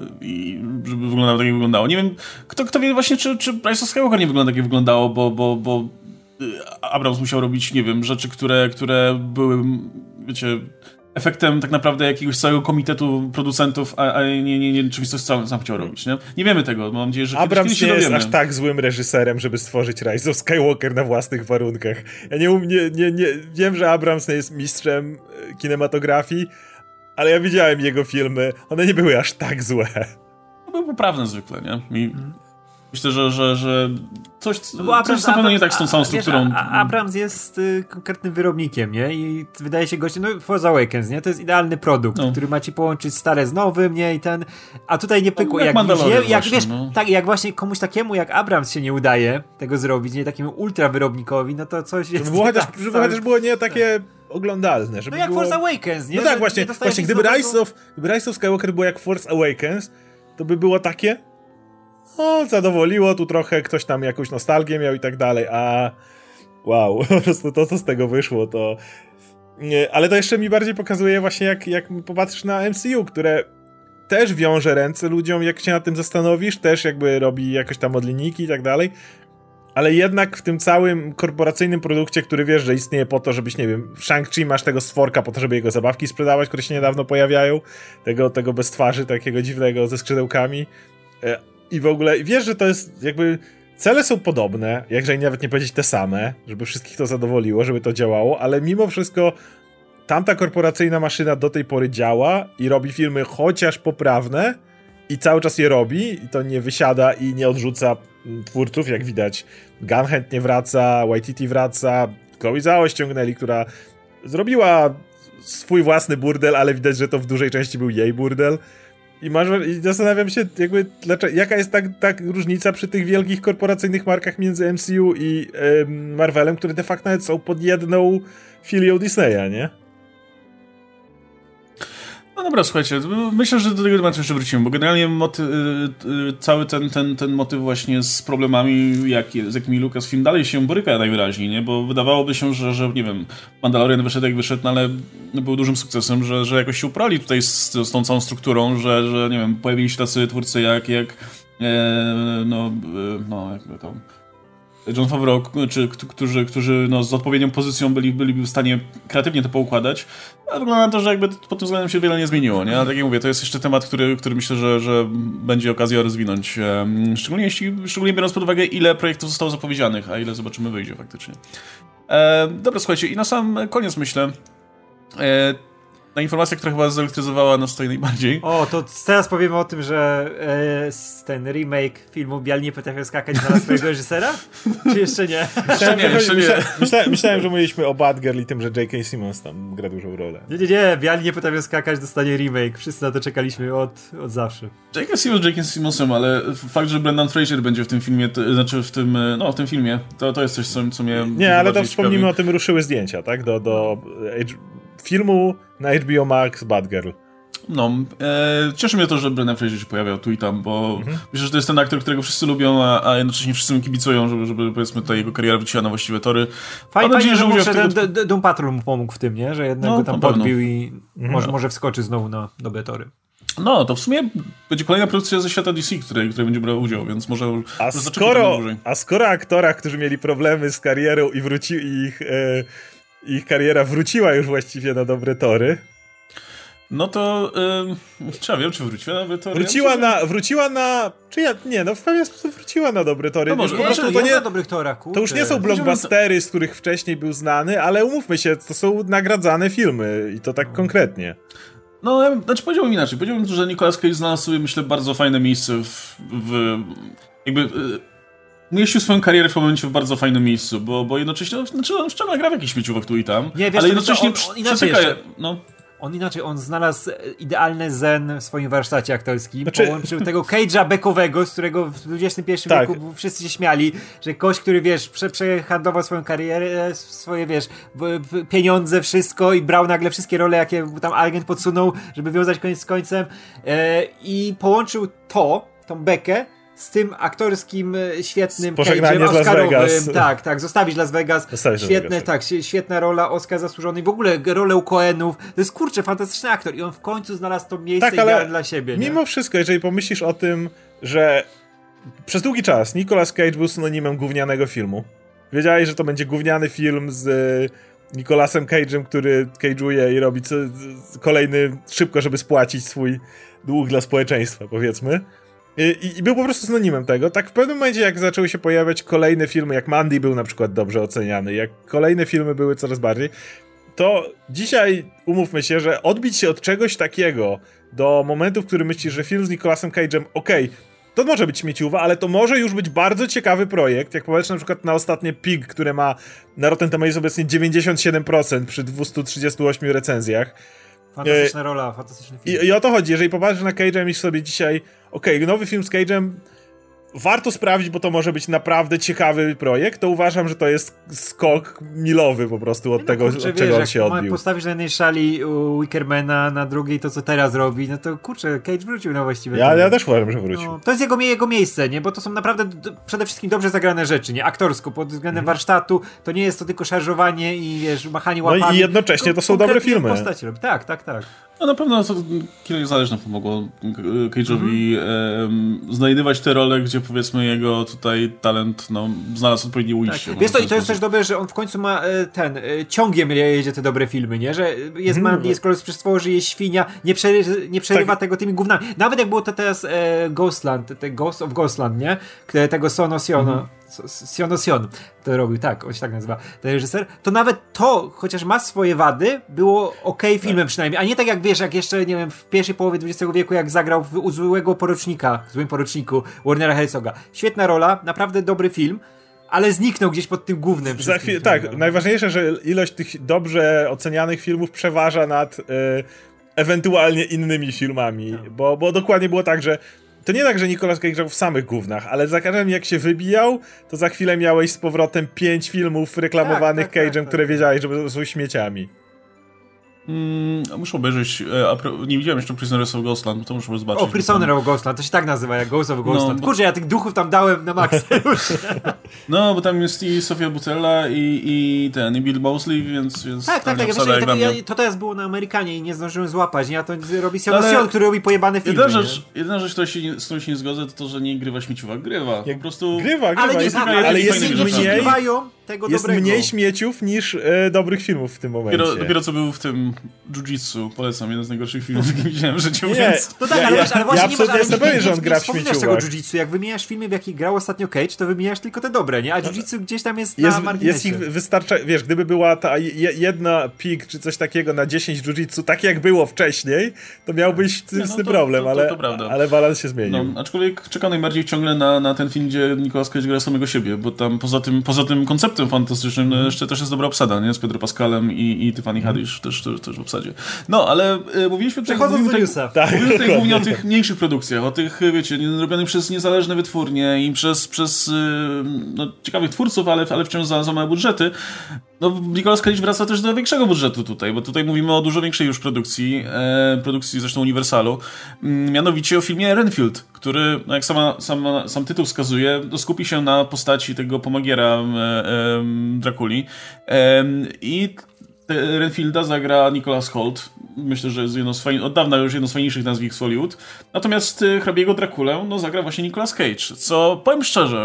I żeby wyglądało tak, jak wyglądało. Nie wiem, kto wie właśnie, czy Rise of Skywalker nie wygląda tak, jak wyglądało, bo Abrams musiał robić, nie wiem, rzeczy, które były, wiecie, efektem tak naprawdę jakiegoś całego komitetu producentów, a nie czymś, co sam chciał robić, nie? Nie wiemy tego, mam nadzieję, że Abrams nie jest aż tak złym reżyserem, żeby stworzyć Rise of Skywalker na własnych warunkach. Ja nie wiem, że Abrams nie jest mistrzem kinematografii, ale ja widziałem jego filmy, one nie były aż tak złe. Były poprawne zwykle, nie? I myślę, że coś na pewno nie tak z tą całą strukturą. Wiesz, Abrams jest konkretnym wyrobnikiem, nie? I wydaje się gościem, no Force Awakens, nie? To jest idealny produkt, który ma ci połączyć stare z nowym, nie? I a tutaj nie pykło. Jak właśnie, wiesz, tak, jak właśnie komuś takiemu jak Abrams się nie udaje tego zrobić, nie? Takiemu ultra wyrobnikowi, no to coś jest... Żeby chociaż było nie takie oglądalne. Żeby no jak było... Force Awakens, nie? No tak, właśnie gdyby Rise of Skywalker było jak Force Awakens, to by było takie... O, zadowoliło, tu trochę ktoś tam jakąś nostalgię miał i tak dalej, a wow, po prostu to, co z tego wyszło, to... Ale to jeszcze mi bardziej pokazuje właśnie, jak popatrzysz na MCU, które też wiąże ręce ludziom, jak się nad tym zastanowisz, też jakby robi jakoś tam od linijki i tak dalej, ale jednak w tym całym korporacyjnym produkcie, który wiesz, że istnieje po to, żebyś, nie wiem, w Shang-Chi masz tego stworka po to, żeby jego zabawki sprzedawać, które się niedawno pojawiają, tego bez twarzy, takiego dziwnego ze skrzydełkami, i w ogóle wiesz, że to jest jakby... Cele są podobne, jakże nawet nie powiedzieć te same, żeby wszystkich to zadowoliło, żeby to działało, ale mimo wszystko tamta korporacyjna maszyna do tej pory działa i robi filmy chociaż poprawne i cały czas je robi i to nie wysiada i nie odrzuca twórców, jak widać. Gunn chętnie wraca, Waititi wraca, Chloe Zhao ściągnęli, która zrobiła swój własny burdel, ale widać, że to w dużej części był jej burdel. I zastanawiam się, jakby, jaka jest tak różnica przy tych wielkich korporacyjnych markach między MCU i Marvelem, które de facto nawet są pod jedną filią Disneya, nie? No dobra, słuchajcie, myślę, że do tego tematu jeszcze wrócimy, bo generalnie cały ten motyw właśnie z problemami, z jakimi Lucasfilm dalej się boryka najwyraźniej, nie? Bo wydawałoby się, że nie wiem, Mandalorian wyszedł jak wyszedł, no ale był dużym sukcesem, że jakoś się uprali tutaj z tą całą strukturą, że nie wiem, pojawili się tacy twórcy jak jakby to... Jon Favreau, którzy no, z odpowiednią pozycją byliby w stanie kreatywnie to poukładać, ale wygląda na to, że jakby pod tym względem się wiele nie zmieniło, nie? Ale tak jak mówię, to jest jeszcze temat, który myślę, że będzie okazja rozwinąć, szczególnie biorąc pod uwagę, ile projektów zostało zapowiedzianych, a ile zobaczymy wyjdzie faktycznie. Dobra, słuchajcie, i na sam koniec myślę, na informacja, która chyba zelektryzowała nas tutaj najbardziej. O, to teraz powiemy o tym, że ten remake filmu Bial nie potrafią skakać na swojego reżysera? Czy jeszcze nie? Myślałem, że mówiliśmy o Batgirl i tym, że J.K. Simmons tam gra dużą rolę. Nie, Bial nie potrafią skakać, dostanie remake. Wszyscy na to czekaliśmy od zawsze. J.K. Simmonsem, ale fakt, że Brendan Fraser będzie w tym filmie, w tym filmie, to jest coś, co mnie... Nie, ale to wspomnimy o tym, ruszyły zdjęcia, tak? Do filmu na HBO Max Batgirl. No, cieszy mnie to, że Brendan Fraser się pojawiał tu i tam, bo myślę, że to jest ten aktor, którego wszyscy lubią, a jednocześnie wszyscy mu kibicują, żeby powiedzmy ta jego kariera wróciła na właściwe tory. Fajnie, że Doom Patrol mu pomógł w tym, nie? Że jednak go tam podbił i może wskoczy znowu na dobre tory. No, to w sumie będzie kolejna produkcja ze świata DC, której będzie brał udział, więc może... A skoro aktorach, którzy mieli problemy z karierą i ich kariera wróciła już właściwie na dobre tory. No to trzeba wiem, czy wróciła na dobre tory. Wróciła na... w pewien sposób wróciła na dobre tory. No może, na dobrych torach, to już nie są blockbustery, z których wcześniej był znany, ale umówmy się, to są nagradzane filmy i to tak konkretnie. No, powiedziałbym inaczej. Powiedziałbym, że Nicolas Cage znalazł sobie, myślę, bardzo fajne miejsce umieścił swoją karierę w tym momencie w bardzo fajnym miejscu, bo jednocześnie, on wciąż gra w jakichś śmieciówach tu i tam, nie, wiesz, ale jednocześnie on inaczej no. On znalazł idealny zen w swoim warsztacie aktorskim. Połączył tego Cage'a bekowego, z którego w XXI wieku wszyscy się śmiali, że gość, który, wiesz, przehandlował swoją karierę, swoje, wiesz, pieniądze, wszystko i brał nagle wszystkie role, jakie tam agent podsunął, żeby wiązać koniec z końcem, i połączył tą bekę z tym aktorskim, świetnym Cage'em Oscarowym. Tak, zostawić Las Vegas. Świetna rola, Oscar zasłużony. W ogóle rolę u Coenów. To jest, kurczę, fantastyczny aktor i on w końcu znalazł to miejsce idealne dla siebie. Mimo wszystko, jeżeli pomyślisz o tym, że przez długi czas Nicolas Cage był synonimem gównianego filmu. Wiedziałeś, że to będzie gówniany film z Nicolasem Cage'em, który cage'uje i robi kolejny szybko, żeby spłacić swój dług dla społeczeństwa, powiedzmy. I był po prostu synonimem tego. Tak w pewnym momencie, jak zaczęły się pojawiać kolejne filmy, jak Mandy był na przykład dobrze oceniany, jak kolejne filmy były coraz bardziej, to dzisiaj umówmy się, że odbić się od czegoś takiego do momentu, w którym myślisz, że film z Nicolasem Cage'em, to może być śmieciuwa, ale to może już być bardzo ciekawy projekt, jak popatrz na przykład na ostatnie Pig, które ma na Rotten Tomatoes obecnie 97% przy 238 recenzjach. Fantastyczna rola, fantastyczny film. I o to chodzi, jeżeli popatrzysz na Cage'a i myślisz sobie dzisiaj, nowy film z Cage'em warto sprawdzić, bo to może być naprawdę ciekawy projekt, to uważam, że to jest skok milowy po prostu od tego, od czego on się odbił. Jak postawisz na jednej szali Wickermana, na drugiej to, co teraz robi, no to kurczę, Cage wrócił na właściwe. Ja też uważam, że wrócił. No, to jest jego miejsce, nie? Bo to są naprawdę przede wszystkim dobrze zagrane rzeczy, nie? Aktorsko, pod względem warsztatu, to nie jest to tylko szarżowanie i, wiesz, machanie łapami. No i jednocześnie to są dobre filmy. Tak. No na pewno to kilka zależne pomogło Cage'owi znajdywać te role, gdzie powiedzmy jego tutaj talent znalazł odpowiednie ujście. Wiesz co, i to jest też dobre, że on w końcu ma ciągiem jedzie te dobre filmy, nie? Że jest Mandy, jest Królestwo Przestworzy, jest Świnia, nie przerywa tego tymi gównami. Nawet jak było to teraz Ghostland, Ghost of Ghostland, nie? Tego Sion to robił, tak, on się tak nazywa, ten reżyser, to nawet to, chociaż ma swoje wady, było filmem przynajmniej, a nie tak jak wiesz, jak jeszcze, nie wiem, w pierwszej połowie XX wieku, jak zagrał w Złym Poruczniku Warnera Herzoga. Świetna rola, naprawdę dobry film, ale zniknął gdzieś pod tym głównym. Najważniejsze, że ilość tych dobrze ocenianych filmów przeważa nad ewentualnie innymi filmami, bo dokładnie było tak, że to nie tak, że Nicolas Cage grał w samych gównach, ale za każdym jak się wybijał, to za chwilę miałeś z powrotem 5 filmów reklamowanych Cage'em, które wiedziałeś, że są śmieciami. Muszę obejrzeć. Nie widziałem jeszcze Prisoners of Ghostland, to muszę zobaczyć. Prisoner of Ghostland, to się tak nazywa, jak Ghost of Ghostland. Kurczę, ja tych duchów tam dałem na maksa już. No, bo tam jest i Sofia Butella i Bill Moseley, więc tak. To teraz było na Amerykanie i nie zdążyłem złapać. Ja to robi Sion, który robi pojebane filmy. Jedyna rzecz, z którą się nie zgodzę, to że nie grywa śmieciówek. Grywa. Po prostu... Grywa. Ale jest mniej śmieciów niż dobrych filmów w tym momencie. Dopiero co był w tym Jiu-Jitsu, polecam, jeden z najgorszych filmów, jakie widziałem w życiu, więc... No tak, ale właśnie absolutnie pewien, że on gra w śmieciówkach. tego Jiu-Jitsu, jak wymieniasz filmy, w jakich grał ostatnio Cage, to wymieniasz tylko te dobre, nie? A Jiu-Jitsu gdzieś tam jest na marginesie. Jest ich wiesz, gdyby była ta jedna pig czy coś takiego na 10 Jiu-Jitsu, tak jak było wcześniej, to miałbyś z tym problem, ale balans się zmienił. No, aczkolwiek czekam najbardziej ciągle na ten film, gdzie Nicolas Cage gra samego siebie, bo tam poza tym konceptem fantastycznym jeszcze też jest dobra obsada, nie? Z Pedro Pascalem i Tiffany Haddish też w obsadzie. No, ale mówiliśmy tutaj głównie o tych mniejszych produkcjach, o tych, wiecie, robionych przez niezależne wytwórnie i przez ciekawych twórców, ale wciąż za małe budżety. No, Nicolas Cage wraca też do większego budżetu tutaj, bo tutaj mówimy o dużo większej już produkcji zresztą Universalu, mianowicie o filmie Renfield, który, jak sam tytuł wskazuje, skupi się na postaci tego pomagiera Drakuli i Renfielda zagra Nicholas Hoult. Myślę, że jest od dawna już jedno z fajniejszych nazwisk z Hollywood. Natomiast hrabiego Drakulę zagra właśnie Nicolas Cage, co powiem szczerze,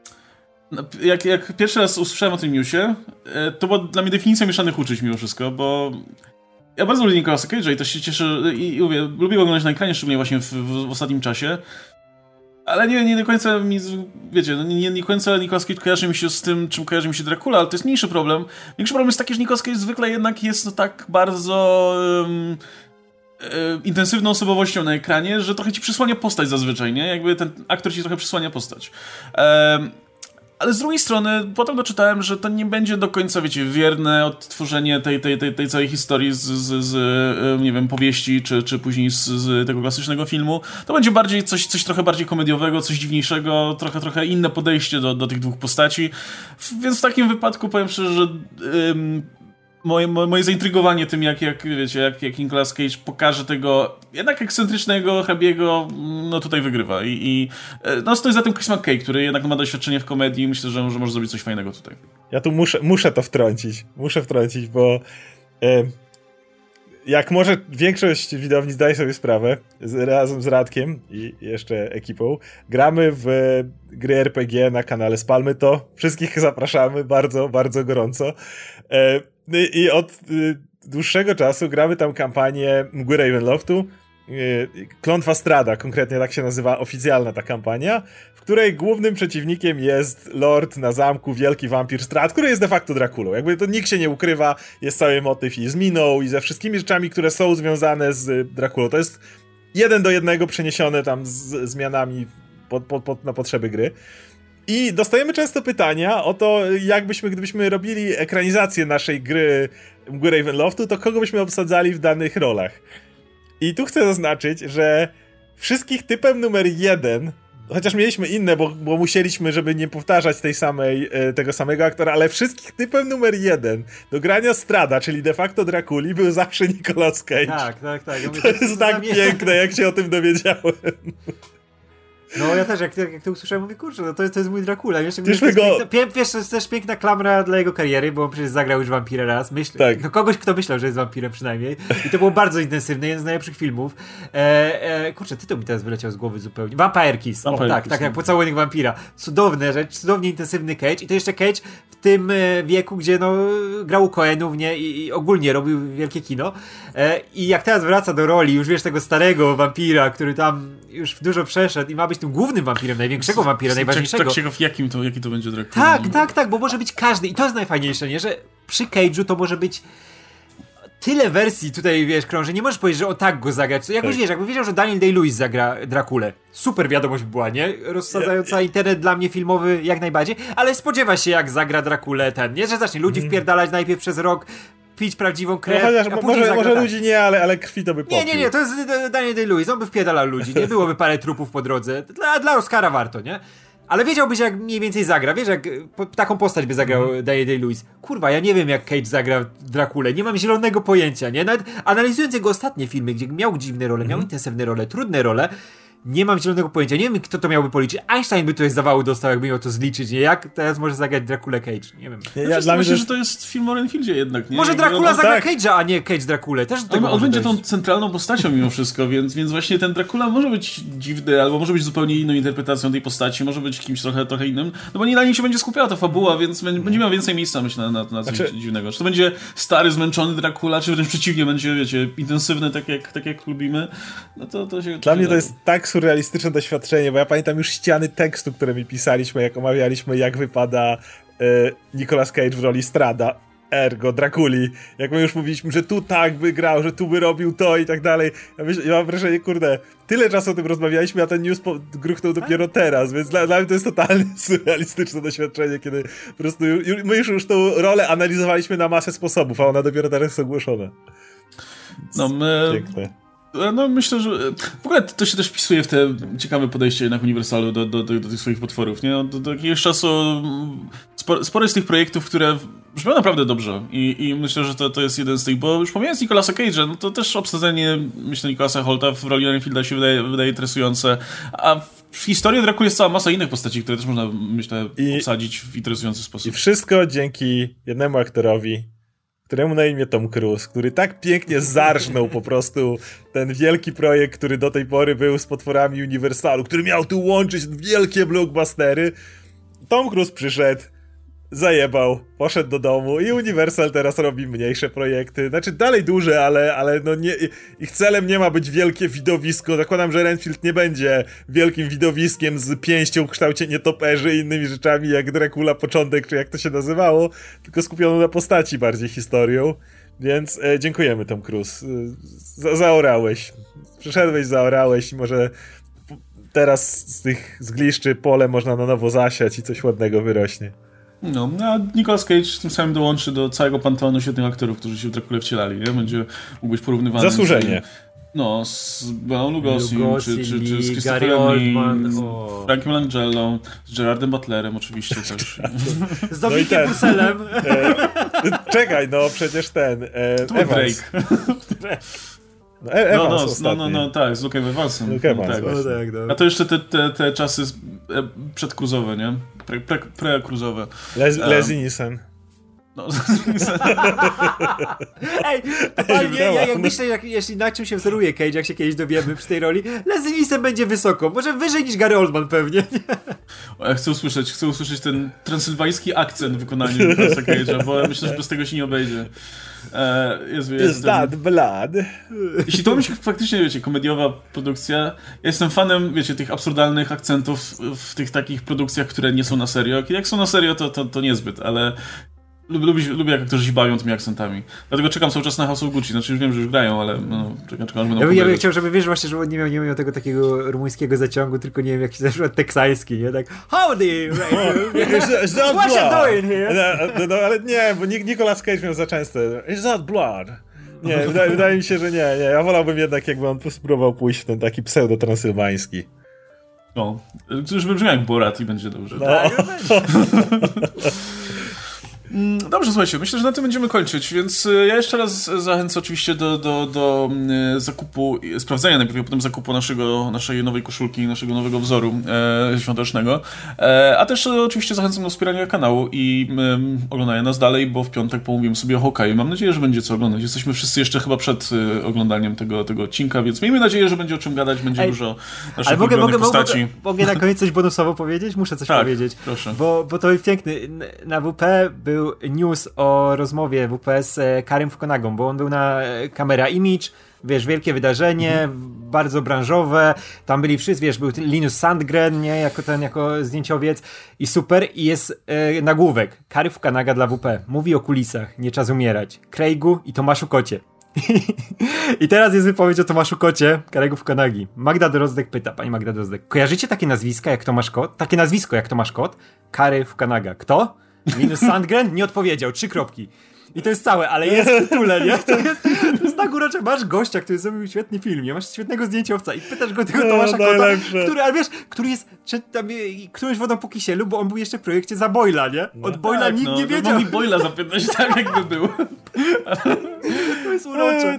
jak pierwszy raz usłyszałem o tym newsie, to była dla mnie definicja mieszanych uczuć mimo wszystko, bo ja bardzo lubię Nicolasa Cage'a i też się cieszę i lubię go oglądać na ekranie, szczególnie właśnie w ostatnim czasie. Ale nie do końca mi, wiecie, nie do końca Nicolas Cage kojarzy mi się z tym, czym kojarzy mi się Dracula, ale to jest mniejszy problem. Większy problem jest taki, że Nicolas Cage zwykle jednak jest tak bardzo intensywną osobowością na ekranie, że trochę ci przysłania postać zazwyczaj, nie? Jakby ten aktor ci trochę przysłania postać. Ale z drugiej strony potem doczytałem, że to nie będzie do końca, wiecie, wierne odtworzenie tej całej historii z nie wiem, powieści, czy później z tego klasycznego filmu. To będzie bardziej coś trochę bardziej komediowego, coś dziwniejszego, trochę inne podejście do tych dwóch postaci. Więc w takim wypadku powiem szczerze, że moje zaintrygowanie tym, jak Nicolas Cage pokaże tego jednak ekscentrycznego hrabiego, no tutaj wygrywa. No stoi za tym Chris McKay, który jednak ma doświadczenie w komedii i myślę, że może zrobić coś fajnego tutaj. Ja tu muszę to wtrącić. Bo jak może większość widowni zdaje sobie sprawę, razem z Radkiem i jeszcze ekipą, gramy w gry RPG na kanale Spalmy to. Wszystkich zapraszamy bardzo, bardzo gorąco. I od dłuższego czasu gramy tam kampanię Mgły Ravenloftu, Klątwa Strahda, konkretnie tak się nazywa oficjalna ta kampania, w której głównym przeciwnikiem jest lord na zamku, wielki wampir Strahd, który jest de facto Drakulą. Jakby to nikt się nie ukrywa, jest cały motyw i z miną, i ze wszystkimi rzeczami, które są związane z Drakulą. To jest 1:1 przeniesione tam z zmianami na potrzeby gry. I dostajemy często pytania o to, gdybyśmy robili ekranizację naszej gry Mgły Ravenloftu, to kogo byśmy obsadzali w danych rolach. I tu chcę zaznaczyć, że wszystkich typem numer 1, chociaż mieliśmy inne, bo musieliśmy, żeby nie powtarzać tego samego aktora, ale wszystkich typem numer 1 do grania Strahda, czyli de facto Drakuli, był zawsze Nicolas Cage. Tak. To jest tak piękne, jak się o tym dowiedziałem. No ja też, jak to usłyszałem, mówię, kurczę, no to jest mój Dracula. Wiesz, to jest też piękna klamra dla jego kariery, bo on przecież zagrał już wampira raz. Tak. No, kogoś, kto myślał, że jest wampirem przynajmniej. I to było bardzo intensywne, jeden z najlepszych filmów. Kurczę, tytuł mi teraz wyleciał z głowy zupełnie. Vampire Kiss. Tak, jak Pocałunek wampira. Cudowna rzecz, cudownie intensywny Cage. I to jeszcze Cage w tym wieku, gdzie grał u Coenów, nie? I ogólnie robił wielkie kino. I jak teraz wraca do roli, już wiesz, tego starego wampira, który tam już dużo przeszedł i ma być tym głównym wampirem, największego wampira, najważniejszego. Tak ciekaw, jaki to będzie Dracula. Tak, bo może być każdy. I to jest najfajniejsze, nie? Że przy Cage'u to może być tyle wersji tutaj, wiesz, krąży. Nie możesz powiedzieć, że on tak go zagrać. Jakoś wiesz, jakby wiedział, że Daniel Day-Lewis zagra Drakulę. Super wiadomość była, nie? Rozsadzająca internet dla mnie filmowy jak najbardziej, ale spodziewa się, jak zagra Drakulę ten, nie? Że zacznie ludzi wpierdalać najpierw przez rok, pić prawdziwą krew, no, może ludzi nie, ale krwi to by popił. Nie, to jest Daniel Day-Lewis, on by wpierdalał ludzi, nie byłoby parę trupów po drodze. Dla Oscara warto, nie? Ale wiedziałbyś, jak mniej więcej zagra. Wiesz, jak taką postać by zagrał Daniel Day-Lewis. Kurwa, ja nie wiem, jak Cage zagra Drakulę. Nie mam zielonego pojęcia, nie? Nawet analizując jego ostatnie filmy, gdzie miał dziwne role, miał intensywne role, trudne role, nie mam zielonego pojęcia. Nie wiem, kto to miałby policzyć. Einstein by tutaj zawały dostał, jakby miał to zliczyć, nie? Jak teraz może zagrać Drakulę Cage? Nie wiem. Ja myślę, że to jest film o Renfieldzie jednak, nie? Może Dracula zagra Cage'a, a nie Cage Drakulę. Też do tego on będzie tą centralną postacią mimo wszystko, więc właśnie ten Dracula może być dziwny, albo może być zupełnie inną interpretacją tej postaci, może być kimś trochę innym, no bo nie na nim się będzie skupiała ta fabuła, więc będzie miał więcej miejsca, myślę, na coś dziwnego. Czy to będzie stary, zmęczony Dracula, czy wręcz przeciwnie, będzie, wiecie, intensywny, tak jak lubimy, no to się... Dla mnie to jest tak surrealistyczne doświadczenie, bo ja pamiętam już ściany tekstu, które mi pisaliśmy, jak omawialiśmy, jak wypada Nicolas Cage w roli Strahda, ergo Drakuli. Jak my już mówiliśmy, że tu tak by grał, że tu by robił to i tak dalej. Ja mam wrażenie, kurde, tyle czasu o tym rozmawialiśmy, a ten news gruchnął dopiero teraz, więc dla mnie to jest totalnie surrealistyczne doświadczenie, kiedy po prostu my już tą rolę analizowaliśmy na masę sposobów, a ona dopiero teraz jest ogłoszona. Piękne. No myślę, że w ogóle to się też wpisuje w te ciekawe podejście jednak Universalu do tych swoich potworów, nie? Do jakiegoś czasu sporo jest tych projektów, które brzmią naprawdę dobrze i myślę, że to jest jeden z tych, bo już pomijając Nicolasa Cage'a, no to też obsadzenie, myślę, Nicolasa Holta w roli Renfielda się wydaje interesujące, a w historii Dracula jest cała masa innych postaci, które też można, myślę, obsadzić w interesujący sposób. I wszystko dzięki jednemu aktorowi, któremu na imię Tom Cruise, który tak pięknie zarżnął po prostu ten wielki projekt, który do tej pory był z potworami Universalu, który miał tu łączyć wielkie blockbustery. Tom Cruise przyszedł, zajebał, poszedł do domu i Universal teraz robi mniejsze projekty. Znaczy dalej duże, ale no nie, ich celem nie ma być wielkie widowisko. Zakładam, że Renfield nie będzie wielkim widowiskiem z pięścią w kształcie nietoperzy i innymi rzeczami jak Dracula początek, czy jak to się nazywało, tylko skupiono na postaci bardziej historią. Więc dziękujemy, Tom Cruise. Zaorałeś. Przyszedłeś, zaorałeś i może teraz z tych zgliszczy pole można na nowo zasiać i coś ładnego wyrośnie. No, a Nicolas Cage tym samym dołączy do całego panteonu świetnych aktorów, którzy się w Drakule wcielali, nie? Będzie mógł być porównywany. Zasłużenie. No, z Beną Lugosi, czy z Christopherem Lee, z Frankiem Langelą, z Gerardem Butlerem oczywiście też. Z Dominikiem Purcellem. Czekaj, no przecież ten Drake. No, tak, z Luke'em Evansem. A to jeszcze te czasy przedkruzowe, nie? Pre-cruzowe. Leslie Nielsen. No, ej, jak myślę, jeśli na czym się wzoruje Cage, jak się kiedyś dowiemy przy tej roli, Leslie Nielsen będzie wysoko, może wyżej niż Gary Oldman pewnie. Ja chcę usłyszeć ten transylwański akcent w wykonaniu Nicolasa Cage'a, bo myślę, że bez tego się nie obejdzie. Is that blood? Jeśli to będzie faktycznie, wiecie, komediowa produkcja, ja jestem fanem, wiecie, tych absurdalnych akcentów w tych takich produkcjach, które nie są na serio. Jak są na serio, to niezbyt, ale lubię jak aktorzy się bawią tymi akcentami. Dlatego czekam cały czas na House of Gucci. Znaczy już wiem, że już grają, ale no, czekam, aż będą ja bym chciał, żeby wiesz właśnie, że nie miał tego takiego rumuńskiego zaciągu, tylko nie wiem, jakiś na przykład teksański, nie? Tak howdy, what you doing here? No ale nie, bo Nicolas Cage miał za często is that blood? Nie, wydaje mi się, że nie. Ja wolałbym jednak, jakby on spróbował pójść w ten taki pseudo-transylwański. No, już brzmi jak Borat i będzie dobrze. No. Tak, Dobrze, słuchajcie, myślę, że na tym będziemy kończyć, więc ja jeszcze raz zachęcę oczywiście do zakupu, sprawdzenia najpierw, a potem zakupu naszej nowej koszulki, naszego nowego wzoru świątecznego, a też oczywiście zachęcam do wspierania kanału i oglądania nas dalej, bo w piątek pomówimy sobie o Hawkeye'u. Mam nadzieję, że będzie co oglądać. Jesteśmy wszyscy jeszcze chyba przed oglądaniem tego odcinka, więc miejmy nadzieję, że będzie o czym gadać, będzie dużo naszych ulubionych postaci. Mogę na koniec coś bonusowo powiedzieć? Muszę coś powiedzieć. Proszę. Bo to jest piękny. Na WP był news o rozmowie WP z Karym Fukunagą, bo on był na Camera Image, wiesz, wielkie wydarzenie, bardzo branżowe, tam byli wszyscy, wiesz, był Linus Sandgren, nie, jako zdjęciowiec i super, i jest nagłówek, Kary Fukunaga dla WP, mówi o kulisach, nie czas umierać, Craigu i Tomaszu Kocie. I teraz jest wypowiedź o Tomaszu Kocie, Karego Fukunagi. Magda Drozdek pyta, pani Magda Drozdek, kojarzycie takie nazwiska jak Tomasz Kot? Takie nazwisko jak Tomasz Kot? Kary Fukunaga. Kto? Linus Sandgren? Nie odpowiedział. 3 kropki. I to jest całe, ale jest w tytule, nie? To jest tak urocze. Masz gościa, który zrobił świetny film, nie? Masz świetnego zdjęciowca i pytasz go tego Tomasza Kota, który jest którąś wodą po kisielu, bo on był jeszcze w projekcie za Boyla, nie? Od Boyla nikt nie wiedział. Mogli Boyla zapytać tak, jakby był. To jest urocze.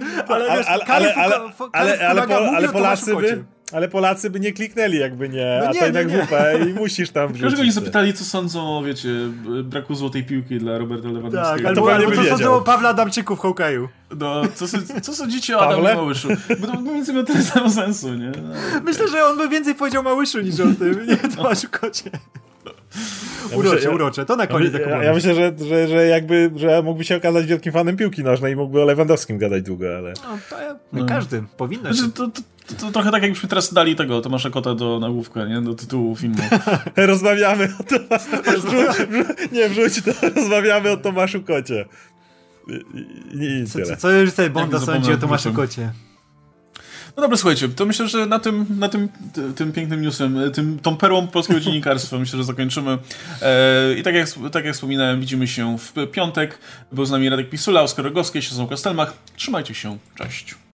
Ale Polacy by nie kliknęli, jakby nie, no a to jednak WP i musisz tam wrzucić. Dlaczego nie zapytali, co sądzą o, wiecie, braku złotej piłki dla Roberta Lewandowskiego? Tak, albo co sądzą o Pawle Adamczyku w Hawkeye'u. No, co sądzicie o Adamie Małyszu? Bo to mniej więcej ma tyle samo sensu, nie? No, myślę, że on by więcej powiedział Małyszu niż o tym, nie Tomaszu Kocie. Urocze. To na koniec ja myślę, że mógłby się okazać wielkim fanem piłki nożnej i mógłby o Lewandowskim gadać długo, ale... Każdy powinno się. To trochę tak, jakbyśmy teraz dali tego Tomasza Kota do nagłówka, nie? Do tytułu filmu. Rozmawiamy o Tomaszu... wrzuć to. Rozmawiamy o Tomaszu Kocie. I tyle. Co już sobie Bonda sądzi o Tomaszu Kocie? No dobra, słuchajcie, to myślę, że na tym pięknym newsem, tą perłą polskiego dziennikarstwa myślę, że zakończymy. I tak jak wspominałem, widzimy się w piątek. Był z nami Radek Pisula, Oskar Rogowski, ja się Kostelmach. Trzymajcie się, cześć.